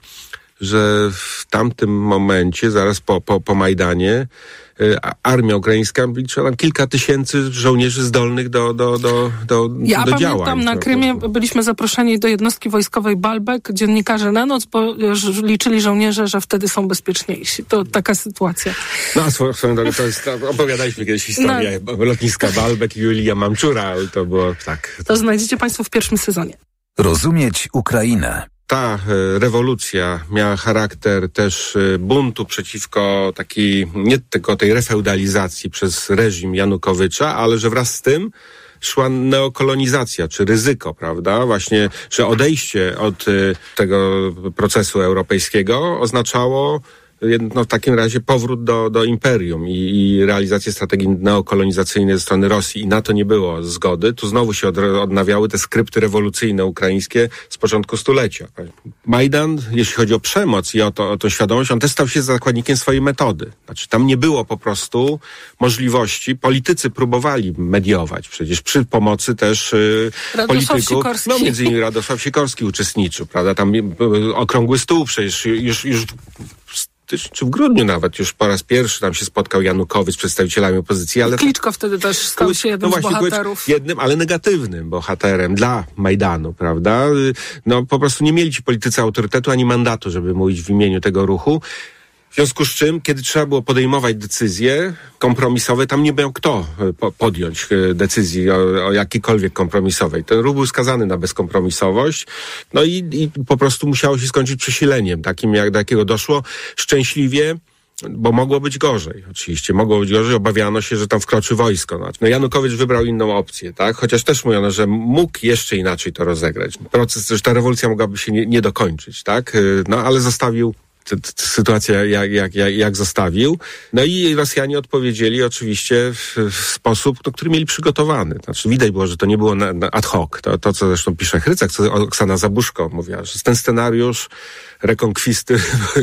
że w tamtym momencie, zaraz po, po, po Majdanie, y, armia ukraińska liczyła tam kilka tysięcy żołnierzy zdolnych do, do, do, do, ja do działań. Ja pamiętam, na Krymie byliśmy zaproszeni do jednostki wojskowej Balbek, dziennikarze na noc, bo liczyli żołnierze, że wtedy są bezpieczniejsi. To taka sytuacja. No a swoją, swoją drogą, to jest, opowiadaliśmy kiedyś historię no. lotniska Balbek i Julia Mamczura, ale to było tak. To znajdziecie państwo w pierwszym sezonie. Rozumieć Ukrainę. Ta rewolucja miała charakter też buntu przeciwko takiej, nie tylko tej refeudalizacji przez reżim Janukowycza, ale że wraz z tym szła neokolonizacja, czy ryzyko, prawda? Właśnie, że odejście od tego procesu europejskiego oznaczało no w takim razie powrót do, do imperium i, i realizację strategii neokolonizacyjnej ze strony Rosji i na to nie było zgody. Tu znowu się od, odnawiały te skrypty rewolucyjne ukraińskie z początku stulecia. Majdan, jeśli chodzi o przemoc i o, to, o tą świadomość, on też stał się zakładnikiem swojej metody. Znaczy tam nie było po prostu możliwości, politycy próbowali mediować, przecież przy pomocy też y, polityków. Sikorski. No między innymi Radosław Sikorski uczestniczył, prawda? Tam y, okrągły stół przecież już, już czy w grudniu nawet już po raz pierwszy tam się spotkał Janukowicz z przedstawicielami opozycji, ale... Kliczko wtedy też stał się jednym no z bohaterów. Jednym, ale negatywnym bohaterem dla Majdanu, prawda? No po prostu nie mieli ci politycy autorytetu ani mandatu, żeby mówić w imieniu tego ruchu. W związku z czym, kiedy trzeba było podejmować decyzje kompromisowe, tam nie miał kto po- podjąć decyzji o, o jakiejkolwiek kompromisowej. Ten ruch był skazany na bezkompromisowość, no i, i po prostu musiało się skończyć przesileniem, takim jak do jakiego doszło. Szczęśliwie, bo mogło być gorzej, oczywiście, mogło być gorzej, obawiano się, że tam wkroczy wojsko. No, no Janukowicz wybrał inną opcję, tak? Chociaż też mówiono, że mógł jeszcze inaczej to rozegrać. Proces, że ta rewolucja mogłaby się nie, nie dokończyć, tak? No ale zostawił sytuacja jak, jak, jak, jak zostawił. No i Rosjanie odpowiedzieli oczywiście w, w sposób, no, który mieli przygotowany. Znaczy widać było, że to nie było na, na ad hoc. To, to, co zresztą pisze Hrycak, co Oksana Zabuszko mówiła, że ten scenariusz rekonkwisty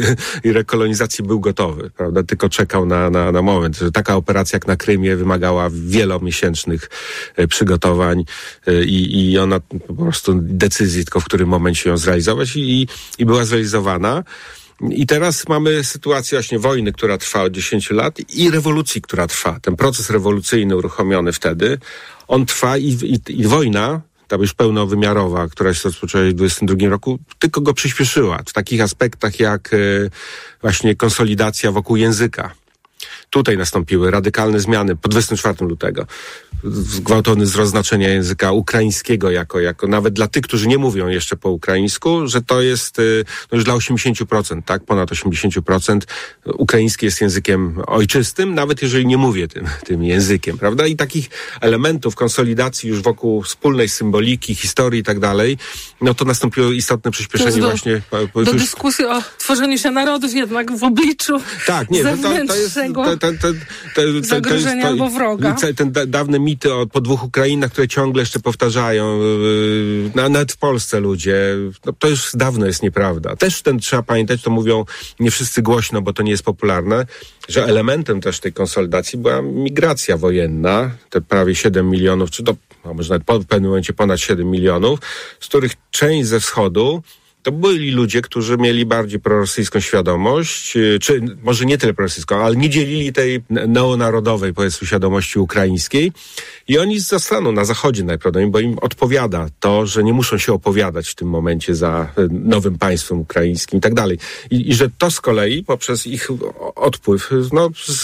i rekolonizacji był gotowy, prawda? Tylko czekał na, na, na moment, że taka operacja jak na Krymie wymagała wielomiesięcznych e, przygotowań e, i, i ona po prostu decyzji tylko w którym momencie ją zrealizować i, i była zrealizowana. I teraz mamy sytuację właśnie wojny, która trwa od dziesięciu lat i rewolucji, która trwa. Ten proces rewolucyjny uruchomiony wtedy, on trwa i, i, i wojna, ta już pełnowymiarowa, która się rozpoczęła w dwudziestym drugim roku, tylko go przyspieszyła. W takich aspektach jak y, właśnie konsolidacja wokół języka. Tutaj nastąpiły radykalne zmiany po dwudziestego czwartego lutego. Zgwałcony wzrost znaczenia języka ukraińskiego jako, jako nawet dla tych, którzy nie mówią jeszcze po ukraińsku, że to jest no już dla osiemdziesiąt procent, tak? Ponad osiemdziesiąt procent ukraiński jest językiem ojczystym, nawet jeżeli nie mówię tym, tym językiem, prawda? I takich elementów konsolidacji już wokół wspólnej symboliki, historii i tak dalej, no to nastąpiło istotne przyspieszenie do, właśnie. Do już... dyskusji o tworzeniu się narodów jednak w obliczu tak, nie, zewnętrznego to, to jest, to, to, to, to, zagrożenia to jest, to, albo wroga. Ten da, dawne mity o, po dwóch Ukrainach, które ciągle jeszcze powtarzają, yy, nawet w Polsce ludzie, no, to już dawno jest nieprawda. Też ten trzeba pamiętać, to mówią nie wszyscy głośno, bo to nie jest popularne, że elementem też tej konsolidacji była migracja wojenna, te prawie siedem milionów, czy do, no może nawet po, w pewnym momencie ponad siedem milionów, z których część ze wschodu to byli ludzie, którzy mieli bardziej prorosyjską świadomość, czy może nie tyle prorosyjską, ale nie dzielili tej neonarodowej, powiedzmy, świadomości ukraińskiej i oni zostaną na zachodzie najprawdopodobniej, bo im odpowiada to, że nie muszą się opowiadać w tym momencie za nowym państwem ukraińskim i tak dalej. I, i że to z kolei poprzez ich odpływ, no,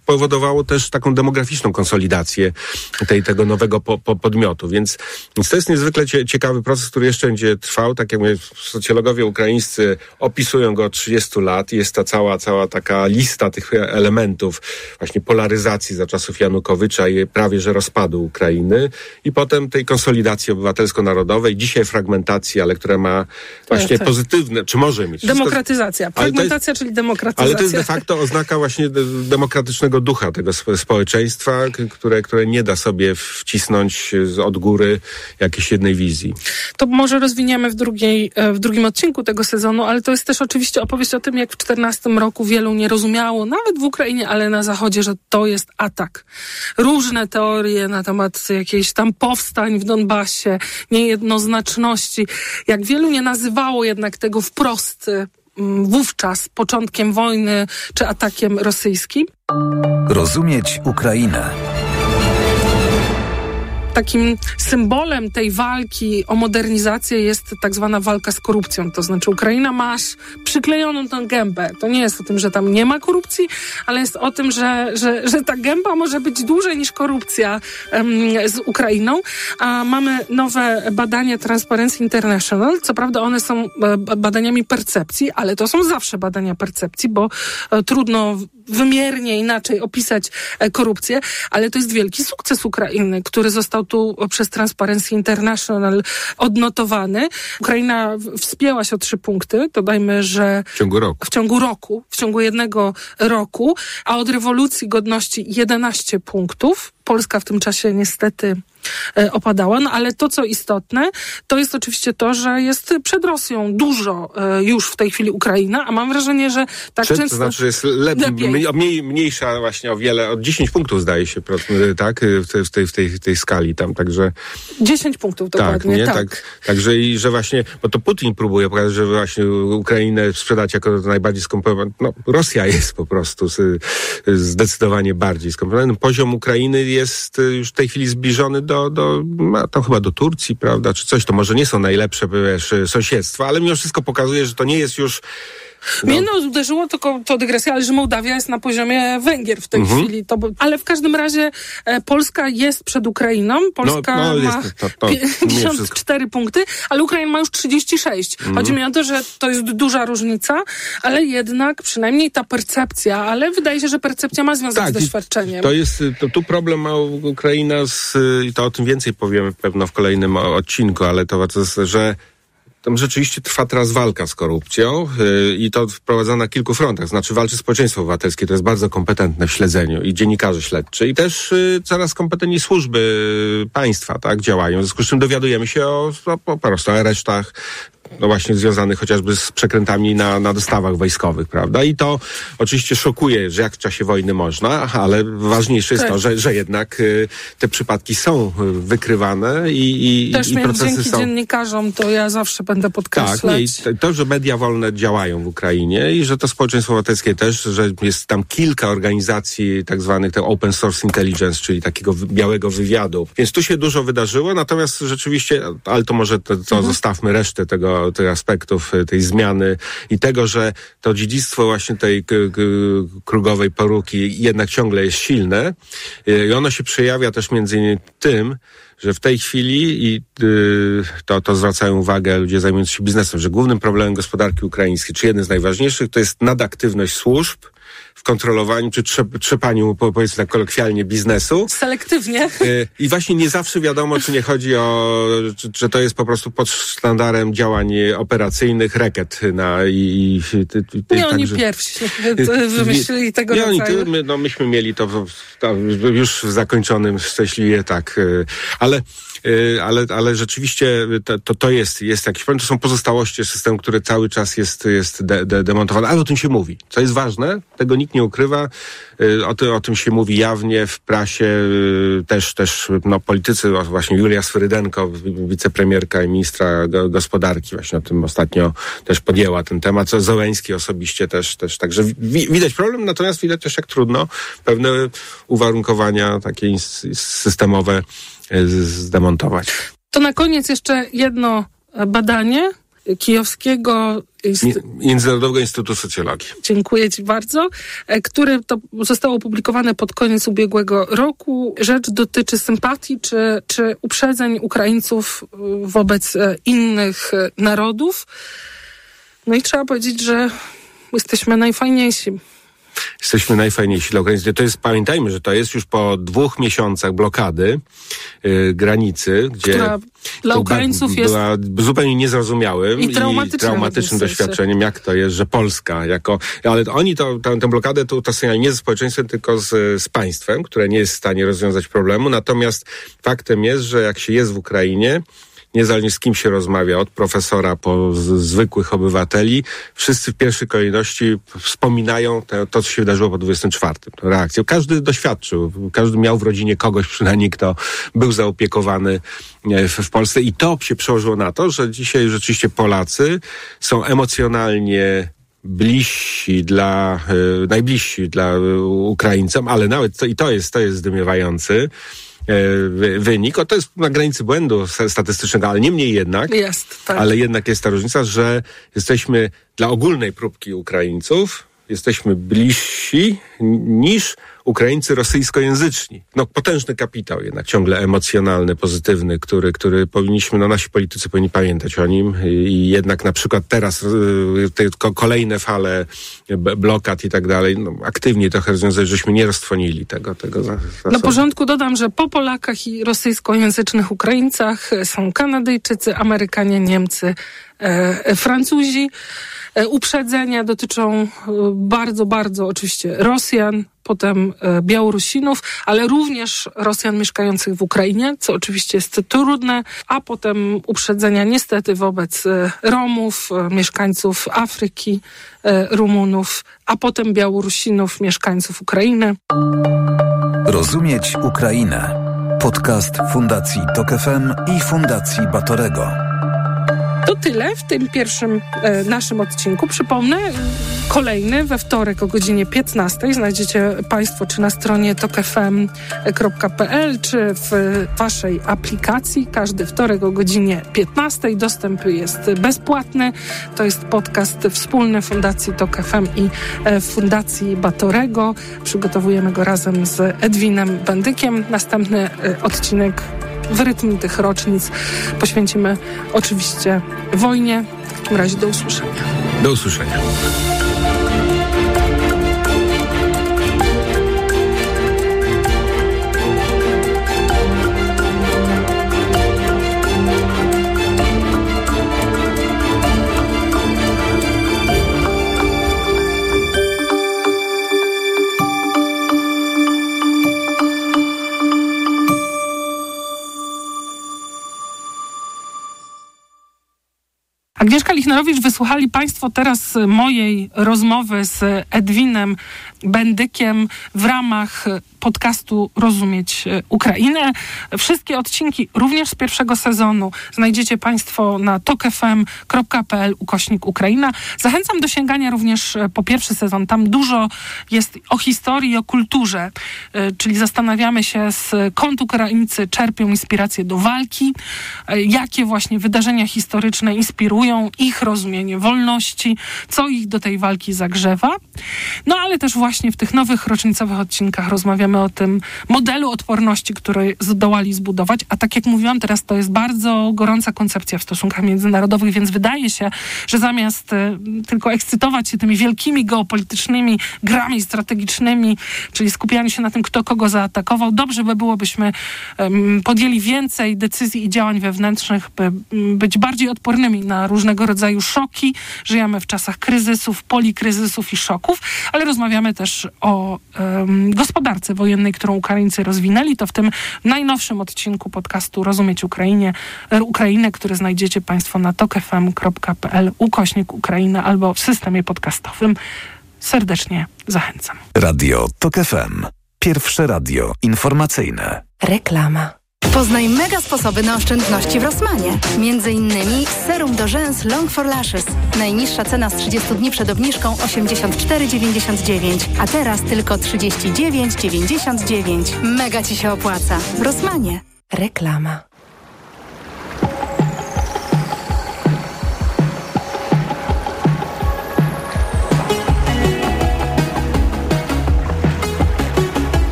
powodowało też taką demograficzną konsolidację tej, tego nowego po, po podmiotu. Więc, więc to jest niezwykle cie, ciekawy proces, który jeszcze będzie trwał. Tak jak mówię, socjologowie ukraińscy opisują go od trzydziestu lat. Jest ta cała, cała taka lista tych elementów właśnie polaryzacji za czasów Janukowycza i prawie że rozpadu Ukrainy i potem tej konsolidacji obywatelsko-narodowej, dzisiaj fragmentacji, ale która ma właśnie tak, pozytywne, czy może mieć. Demokratyzacja. Fragmentacja, jest, czyli demokratyzacja. Ale to jest de facto oznaka właśnie demokratycznego ducha tego społeczeństwa, które, które nie da sobie wcisnąć od góry jakiejś jednej wizji. To może rozwiniemy w, drugiej, w drugim odcinku tego sezonu, ale to jest też oczywiście opowieść o tym, jak w czternastym roku wielu nie rozumiało, nawet w Ukrainie, ale na Zachodzie, że to jest atak. Różne teorie na temat jakichś tam powstań w Donbasie, niejednoznaczności. Jak wielu nie nazywało jednak tego wprost wówczas początkiem wojny czy atakiem rosyjskim. Rozumieć Ukrainę. Takim symbolem tej walki o modernizację jest tak zwana walka z korupcją. To znaczy Ukraina ma przyklejoną tę gębę. To nie jest o tym, że tam nie ma korupcji, ale jest o tym, że, że, że ta gęba może być dłużej niż korupcja um, z Ukrainą. A mamy nowe badania Transparency International. Co prawda one są badaniami percepcji, ale to są zawsze badania percepcji, bo e, trudno wymiernie inaczej opisać e, korupcję, ale to jest wielki sukces Ukrainy, który został tu przez Transparency International odnotowany. Ukraina wspięła się o trzy punkty, dodajmy, że w ciągu roku. W ciągu roku, w ciągu jednego roku, a od rewolucji godności jedenaście punktów. Polska w tym czasie niestety e, opadała, no ale to, co istotne, to jest oczywiście to, że jest przed Rosją dużo e, już w tej chwili Ukraina, a mam wrażenie, że tak przed, często... To znaczy, że jest lep, mniej, mniejsza właśnie o wiele, od dziesięć punktów zdaje się, tak, w tej, w tej, w tej, w tej skali tam, także... dziesięć punktów dokładnie, tak. Nie? tak. tak także i że właśnie, bo to Putin próbuje pokazać, że właśnie Ukrainę sprzedać jako najbardziej skomplikowaną, no Rosja jest po prostu zdecydowanie bardziej skomplikowana. Poziom Ukrainy jest już w tej chwili zbliżony do, do tam chyba do Turcji, prawda, czy coś. To może nie są najlepsze, wiesz, sąsiedztwa, ale mimo wszystko pokazuje, że to nie jest już... No. Mnie no, uderzyło tylko to dygresja, ale że Mołdawia jest na poziomie Węgier w tej mhm. chwili. To, ale w każdym razie e, Polska jest przed Ukrainą. Polska no, no, ma to, to, pięćdziesiąt cztery punkty, ale Ukraina ma już trzydzieści sześć. Mhm. Chodzi mi o to, że to jest duża różnica, ale jednak przynajmniej ta percepcja, ale wydaje się, że percepcja ma związek tak, z doświadczeniem. To jest, to, tu problem ma Ukraina z, i to o tym więcej powiemy pewno w kolejnym odcinku, ale to, to że tam rzeczywiście trwa teraz walka z korupcją yy, i to wprowadza na kilku frontach. Znaczy walczy społeczeństwo obywatelskie, to jest bardzo kompetentne w śledzeniu i dziennikarze śledczy i też yy, coraz kompetentni służby państwa, tak, działają. W związku z czym dowiadujemy się o, o, po prostu o aresztach, no właśnie związanych chociażby z przekrętami na, na dostawach wojskowych, prawda? I to oczywiście szokuje, że jak w czasie wojny można, ale ważniejsze jest tak. to, że, że jednak y, te przypadki są wykrywane i, i, też i procesy dzięki są... dziennikarzom, to ja zawsze będę podkreślać. Tak, nie, to, że media wolne działają w Ukrainie i że to społeczeństwo obywatelskie też, że jest tam kilka organizacji tak zwanych te open source intelligence, czyli takiego białego wywiadu. Więc tu się dużo wydarzyło, natomiast rzeczywiście, ale to może to, to mhm. zostawmy resztę tego tych aspektów tej zmiany i tego, że to dziedzictwo właśnie tej k- k- krugowej poruki jednak ciągle jest silne i ono się przejawia też między innymi tym, że w tej chwili i y, to, to zwracają uwagę ludzie zajmujący się biznesem, że głównym problemem gospodarki ukraińskiej, czy jednym z najważniejszych, to jest nadaktywność służb w kontrolowaniu, czy trzep, trzepaniu, powiedzmy tak kolokwialnie, biznesu. Selektywnie. I właśnie nie zawsze wiadomo, czy nie chodzi o, czy, że to jest po prostu pod sztandarem działań operacyjnych, reket na i... i, i nie oni pierwsi wymyślili tego nie rodzaju. Oni, my, no myśmy mieli to, to już w zakończonym szczęśliwie, tak, ale Ale, ale rzeczywiście to, to, to jest, jest jakiś problem. To są pozostałości systemu, który cały czas jest, jest de, de, demontowany, ale o tym się mówi. Co jest ważne, tego nikt nie ukrywa. O, ty, o tym się mówi jawnie w prasie. Też, też no, politycy, właśnie Julia Swyrydenko, wicepremierka i ministra gospodarki, właśnie o tym ostatnio też podjęła ten temat. Co Zełenski osobiście też, też. Także wi- widać problem, natomiast widać też, jak trudno pewne uwarunkowania takie systemowe zdemontować. To na koniec jeszcze jedno badanie. kijowskiego Międzynarodowego Instytutu Socjologii. Dziękuję Ci bardzo. Który to zostało opublikowane pod koniec ubiegłego roku. Rzecz dotyczy sympatii czy, czy uprzedzeń Ukraińców wobec innych narodów. No i trzeba powiedzieć, że jesteśmy najfajniejsi. Jesteśmy najfajniejsi dla Ukraińców. To jest, pamiętajmy, że to jest już po dwóch miesiącach blokady yy, granicy, gdzie która dla Ukraińców jest była zupełnie niezrozumiałym i traumatycznym, i traumatycznym doświadczeniem, jak to jest, że Polska jako... Ale oni to, tę, tę blokadę to utożsamiali nie ze społeczeństwem, tylko z, z państwem, które nie jest w stanie rozwiązać problemu. Natomiast faktem jest, że jak się jest w Ukrainie, niezależnie z kim się rozmawia, od profesora po z, zwykłych obywateli, wszyscy w pierwszej kolejności wspominają te, to, co się wydarzyło po dwudziestym czwartym. To reakcję. Każdy doświadczył, każdy miał w rodzinie kogoś przynajmniej, kto był zaopiekowany w, w Polsce i to się przełożyło na to, że dzisiaj rzeczywiście Polacy są emocjonalnie bliżsi dla, e, najbliżsi dla Ukraińcom, ale nawet to, i to jest, to jest zdumiewający wynik. O, to jest na granicy błędu statystycznego, ale niemniej jednak, jest, tak. ale jednak jest ta różnica, że jesteśmy dla ogólnej próbki Ukraińców, jesteśmy bliżsi niż Ukraińcy rosyjskojęzyczni. No, potężny kapitał jednak, ciągle emocjonalny, pozytywny, który, który powinniśmy, no nasi politycy powinni pamiętać o nim i jednak na przykład teraz te kolejne fale blokad i tak dalej, no, aktywnie trochę rozwiązać, żeśmy nie roztwonili tego. tego za, za Na porządku dodam, że po Polakach i rosyjskojęzycznych Ukraińcach są Kanadyjczycy, Amerykanie, Niemcy, e, Francuzi. Uprzedzenia dotyczą bardzo, bardzo oczywiście Rosjan, potem Białorusinów, ale również Rosjan mieszkających w Ukrainie, co oczywiście jest trudne, a potem uprzedzenia niestety wobec Romów, mieszkańców Afryki, Rumunów, a potem Białorusinów, mieszkańców Ukrainy. Rozumieć Ukrainę. Podcast Fundacji Tok F M i Fundacji Batorego. To tyle w tym pierwszym e, naszym odcinku. Przypomnę, kolejny we wtorek o godzinie piętnastej znajdziecie Państwo czy na stronie tok f m kropka p l, czy w Waszej aplikacji. Każdy wtorek o godzinie piętnastej. Dostęp jest bezpłatny. To jest podcast wspólny Fundacji Tok F M i e, Fundacji Batorego. Przygotowujemy go razem z Edwinem Bendykiem. Następny e, odcinek w rytm tych rocznic poświęcimy oczywiście wojnie. W takim razie do usłyszenia. Do usłyszenia. Agnieszka Lichnerowicz, wysłuchali Państwo teraz mojej rozmowy z Edwinem Bendykiem w ramach podcastu Rozumieć Ukrainę. Wszystkie odcinki, również z pierwszego sezonu, znajdziecie Państwo na tok f m kropka p l ukośnik Ukraina. Zachęcam do sięgania również po pierwszy sezon. Tam dużo jest o historii i o kulturze, czyli zastanawiamy się, skąd Ukraińcy czerpią inspirację do walki, jakie właśnie wydarzenia historyczne inspirują ich rozumienie wolności, co ich do tej walki zagrzewa. No ale też właśnie w tych nowych rocznicowych odcinkach rozmawiamy o tym modelu odporności, który zdołali zbudować, a tak jak mówiłam, teraz to jest bardzo gorąca koncepcja w stosunkach międzynarodowych, więc wydaje się, że zamiast y, tylko ekscytować się tymi wielkimi geopolitycznymi grami strategicznymi, czyli skupianiu się na tym, kto kogo zaatakował, dobrze by było, byśmy y, podjęli więcej decyzji i działań wewnętrznych, by y, być bardziej odpornymi na różnego rodzaju szoki. Żyjemy w czasach kryzysów, polikryzysów i szoków, ale rozmawiamy też o y, gospodarce wojennej, którą Ukraińcy rozwinęli. To w tym najnowszym odcinku podcastu Rozumieć Ukrainie, Ukrainę, który znajdziecie Państwo na tok f m kropka p l ukośnik Ukraina albo w systemie podcastowym. Serdecznie zachęcam. Radio Tok F M. Pierwsze radio informacyjne. Reklama. Poznaj mega sposoby na oszczędności w Rossmanie. Między innymi serum do rzęs Long for Lashes. Najniższa cena z trzydziestu dni przed obniżką osiemdziesiąt cztery dziewięćdziesiąt dziewięć, a teraz tylko trzydzieści dziewięć dziewięćdziesiąt dziewięć. Mega Ci się opłaca. W Rossmanie. Reklama.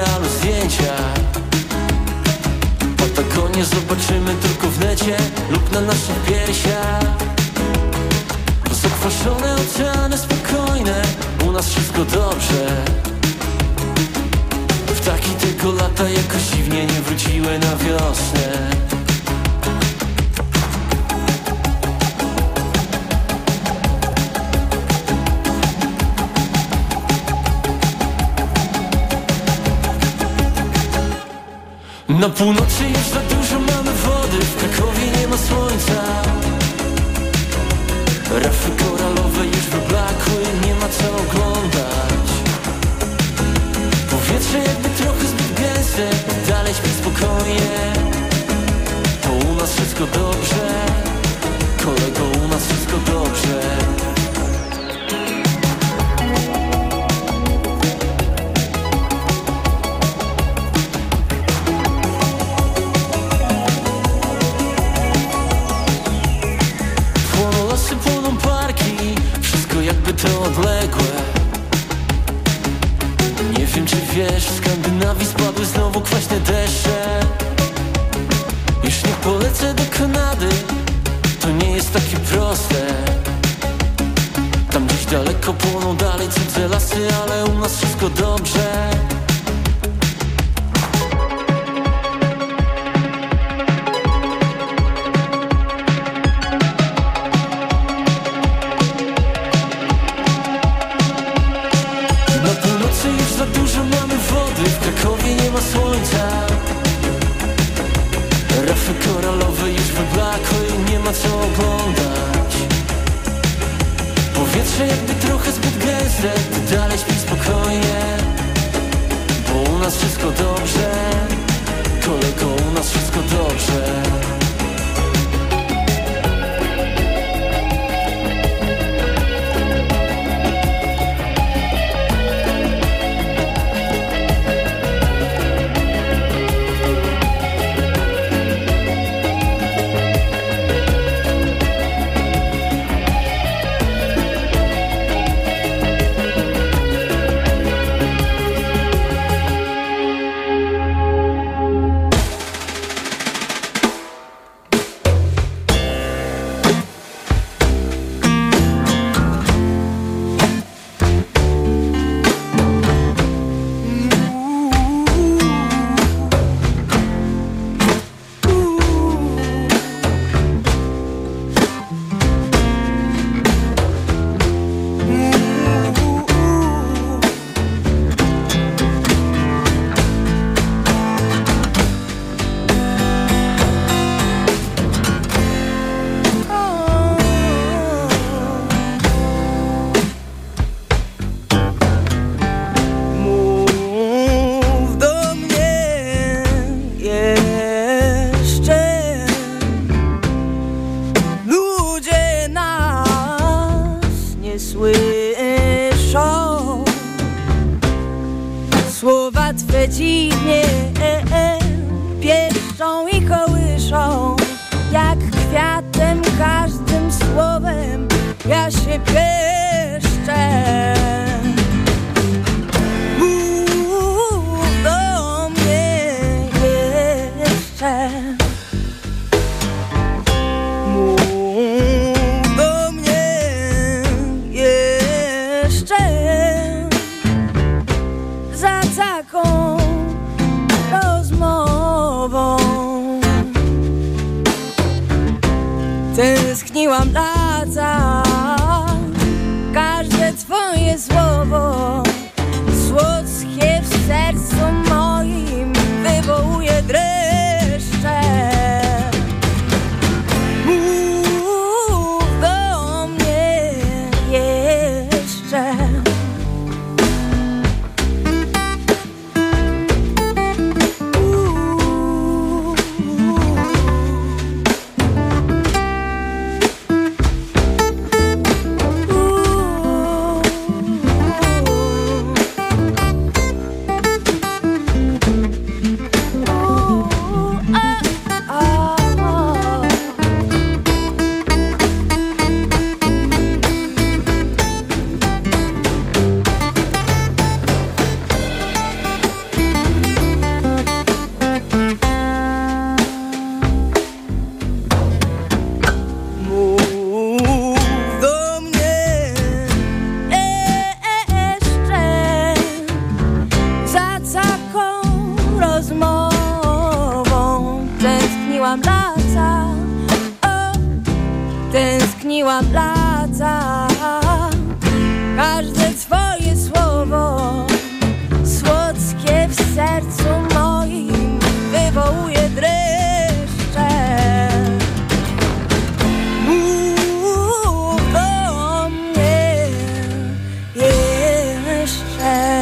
realu zdjęcia. Patagonię zobaczymy tylko w necie lub na naszych piersiach. Zakwaszone oceany spokojne, u nas wszystko dobrze. Ptaki tylko lata jakoś dziwnie nie wróciły na wiosnę. Na północy już za dużo mamy wody, w Krakowie nie ma słońca. Rafy koralowe już wyblakły, nie ma co oglądać. Powietrze jakby trochę zbyt gęste, dalej śpi spokojnie. To u nas wszystko dobrze, kolego, u nas wszystko dobrze. To odległe. Nie wiem czy wiesz, w Skandynawii spadły znowu kwaśne deszcze. Już nie polecę do Kanady, to nie jest takie proste. Tam gdzieś daleko płoną dalej cudze lasy, ale u nas wszystko dobrze. Słońca. Rafy koralowe już wyblakły, nie ma co oglądać. Powietrze jakby trochę zbyt gęste, ty dalej śpi spokojnie. Bo u nas wszystko dobrze, kolego, u nas wszystko dobrze. Tęskniłam lata, każde twoje słowo słodkie w sercu moim wywołuje dreszcze. Mów do mnie jeszcze. zmieniłam lata. Każde twoje słowo słodkie w sercu moim wywołuje dreszcze. Mów do mnie jeszcze.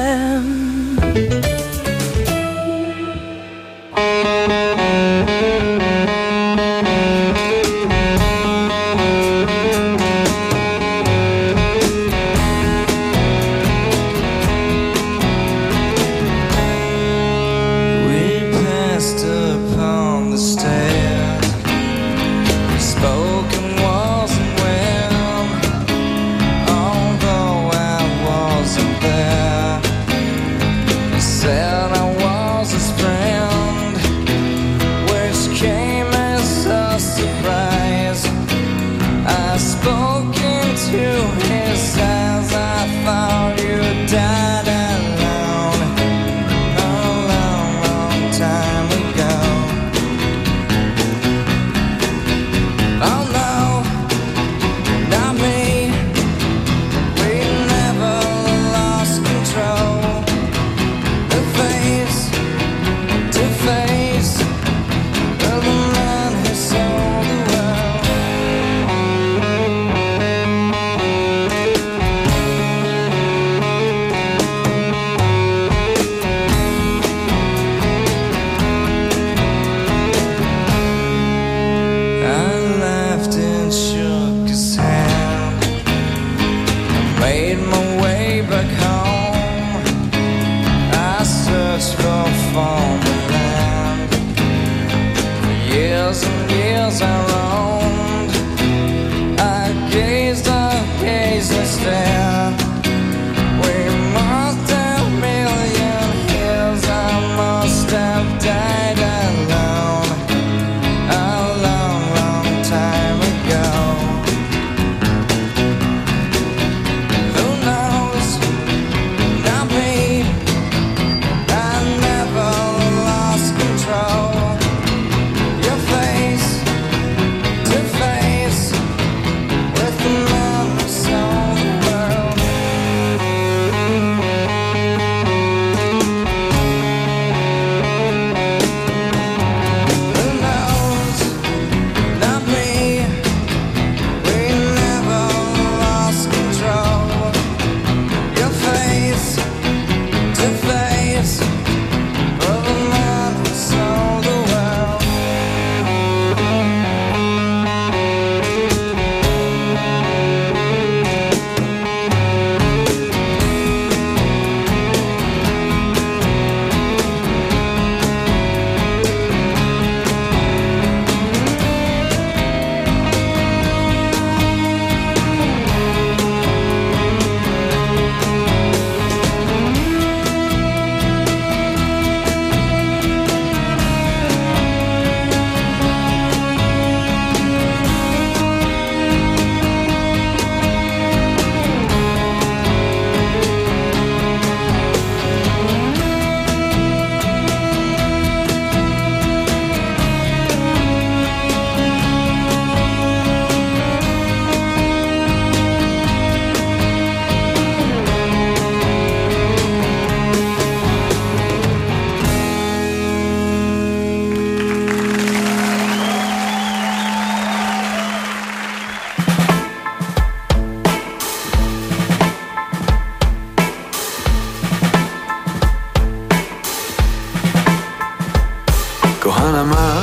Kochana ma,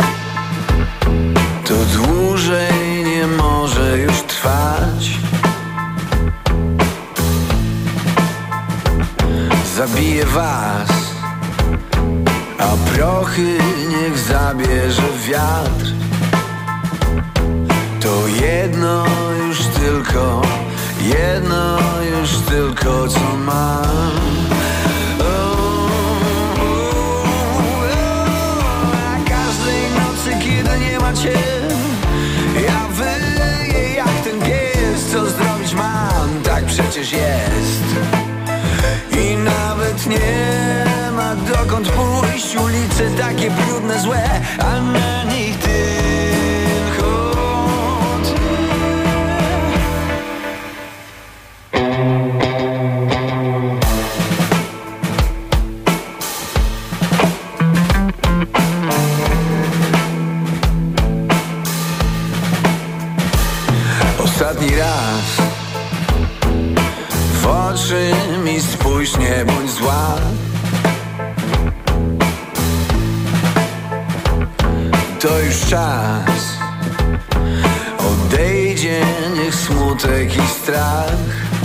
to dłużej nie może już trwać. Zabije was, a prochy niech zabierze wiatr. To jedno już tylko, jedno już tylko co mam. Cię, ja wyję jak ten pies, co zrobić mam, tak przecież jest. I nawet nie ma dokąd pójść, ulice takie brudne, złe, a na nich tylko ty. mi spójrz, nie bądź zła. To już czas, odejdzie niech smutek i strach.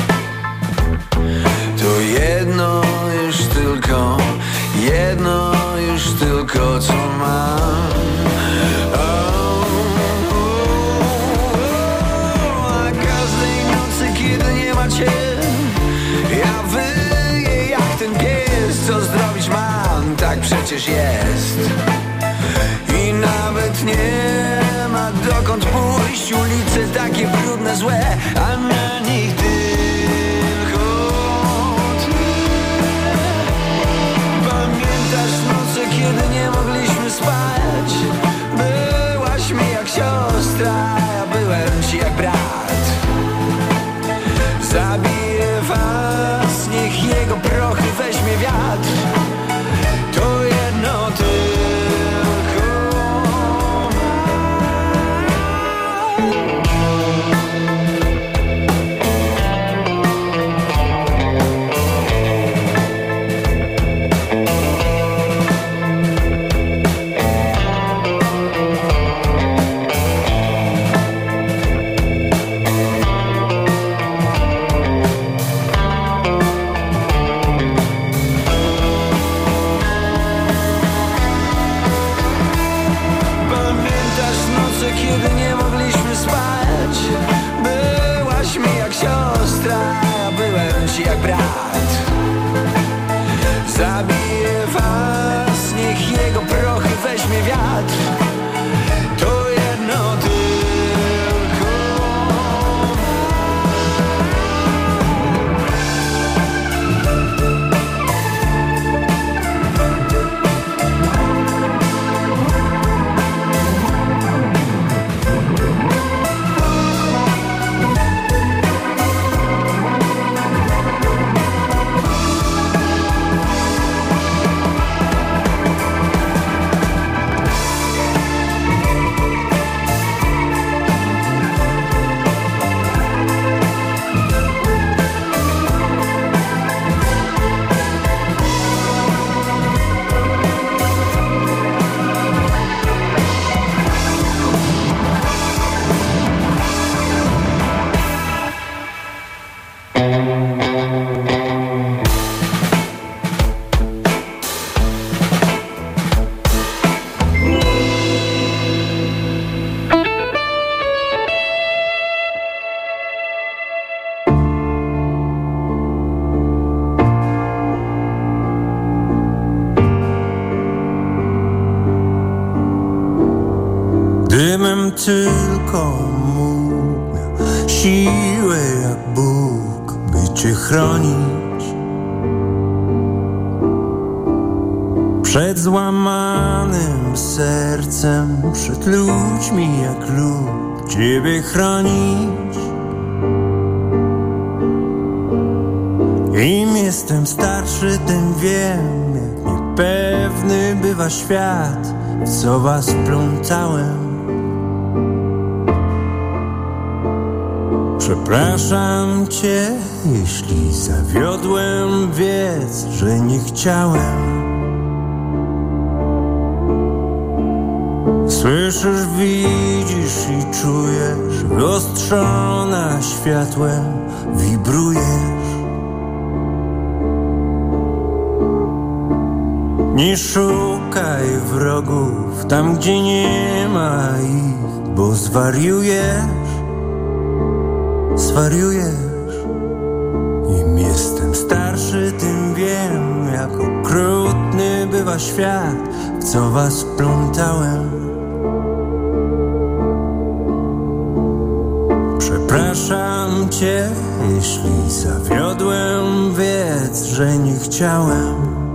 To jedno już tylko, jedno już tylko co mam. Oh, oh, oh, a każdej nocy kiedy nie ma cię, ja wyję jak ten pies. Co zrobić mam, tak przecież jest. I nawet nie ma dokąd pójść. Ulice takie brudne, złe, a na nich tylko ty. Pamiętasz noce, kiedy nie mogliśmy spać? Byłaś mi jak siostra, ja byłem ci jak brat. Zabiję was, niech jego prochy weźmie wiatr. To jedno ty. Jak brat. Zabiję was, niech jego prochy weźmie wiatr. To jedno tylko. Gdybym tylko mógł, miał siłę jak Bóg, by cię chronić przed złamanym sercem, przed ludźmi jak lud, ciebie chronić. Im jestem starszy, tym wiem, jak niepewny bywa świat, w co was wplątałem. Przepraszam cię, jeśli zawiodłem, wiedz, że nie chciałem. Słyszysz, widzisz i czujesz, wyostrzona światłem wibrujesz. Nie szukaj wrogów tam, gdzie nie ma ich, bo zwariujesz. Zwariujesz. Im jestem starszy, tym wiem, jak okrutny bywa świat, w co was wplątałem. Przepraszam cię, jeśli zawiodłem, wiedz, że nie chciałem.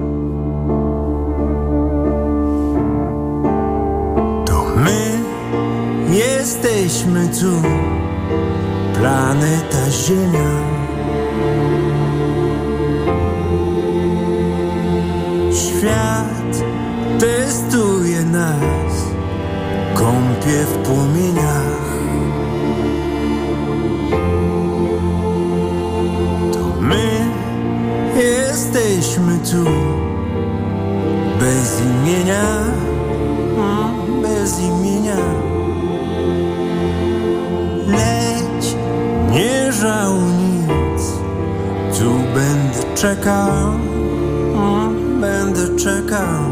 To my jesteśmy tu, planeta Ziemia. Świat testuje nas, kąpie w płomieniach. To my tu bez imienia, mm, bez imienia. Leć, nie żałuj nic, tu będę czekał, mm, będę czekał,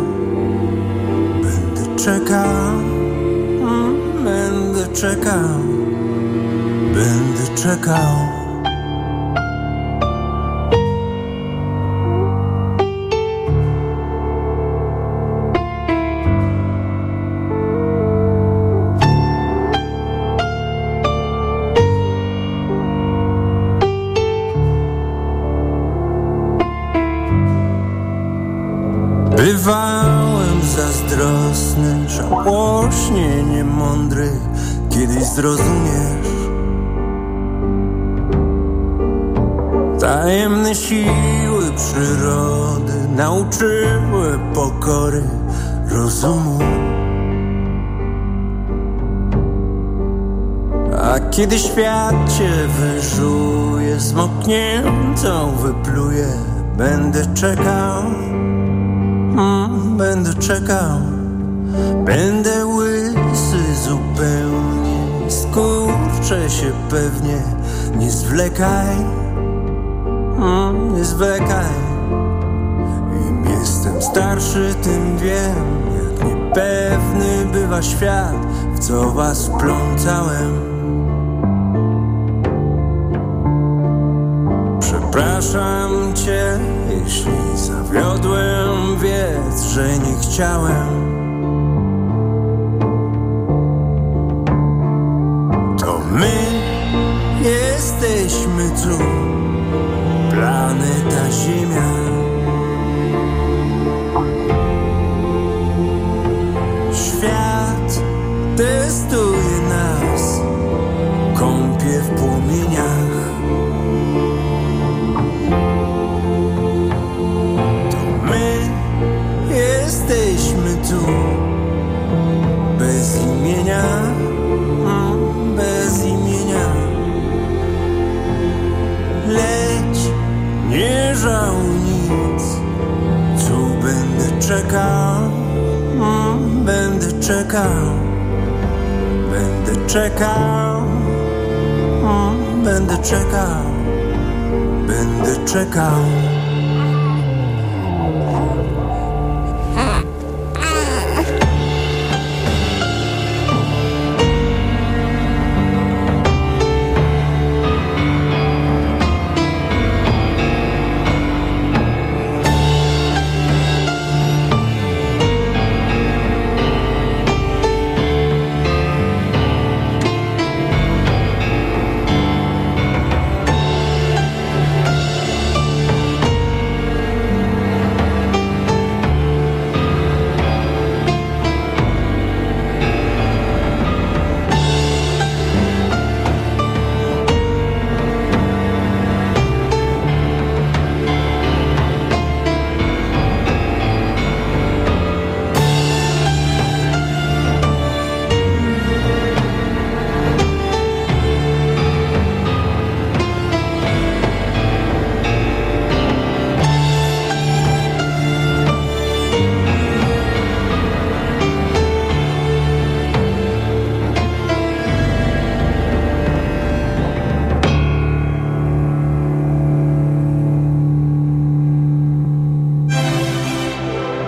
będę czekał, mm, będę czekał, będę czekał. Bywałem zazdrosny, żałośnie niemądry, kiedyś zrozumiesz. Tajemne siły przyrody nauczyły pokory, rozumu. A kiedy świat cię wyżuje, zmokniętą wypluje, będę czekał. Mm, będę czekał, będę łysy zupełnie, skurczę się pewnie, nie zwlekaj, mm, nie zwlekaj. Im jestem starszy, tym wiem, jak niepewny bywa świat, w co was wplątałem. Przepraszam cię, jeśli zawiodłem, wiedz, że nie chciałem. To my jesteśmy tu, planeta Ziemia. Świat testuje nas, kąpie w płomieniach. Jesteśmy tu bez imienia, mm, bez imienia. Leć, nie żałuj nic, tu będę czekał, mm, będę czekał, będę czekał, mm, będę czekał, będę czekał.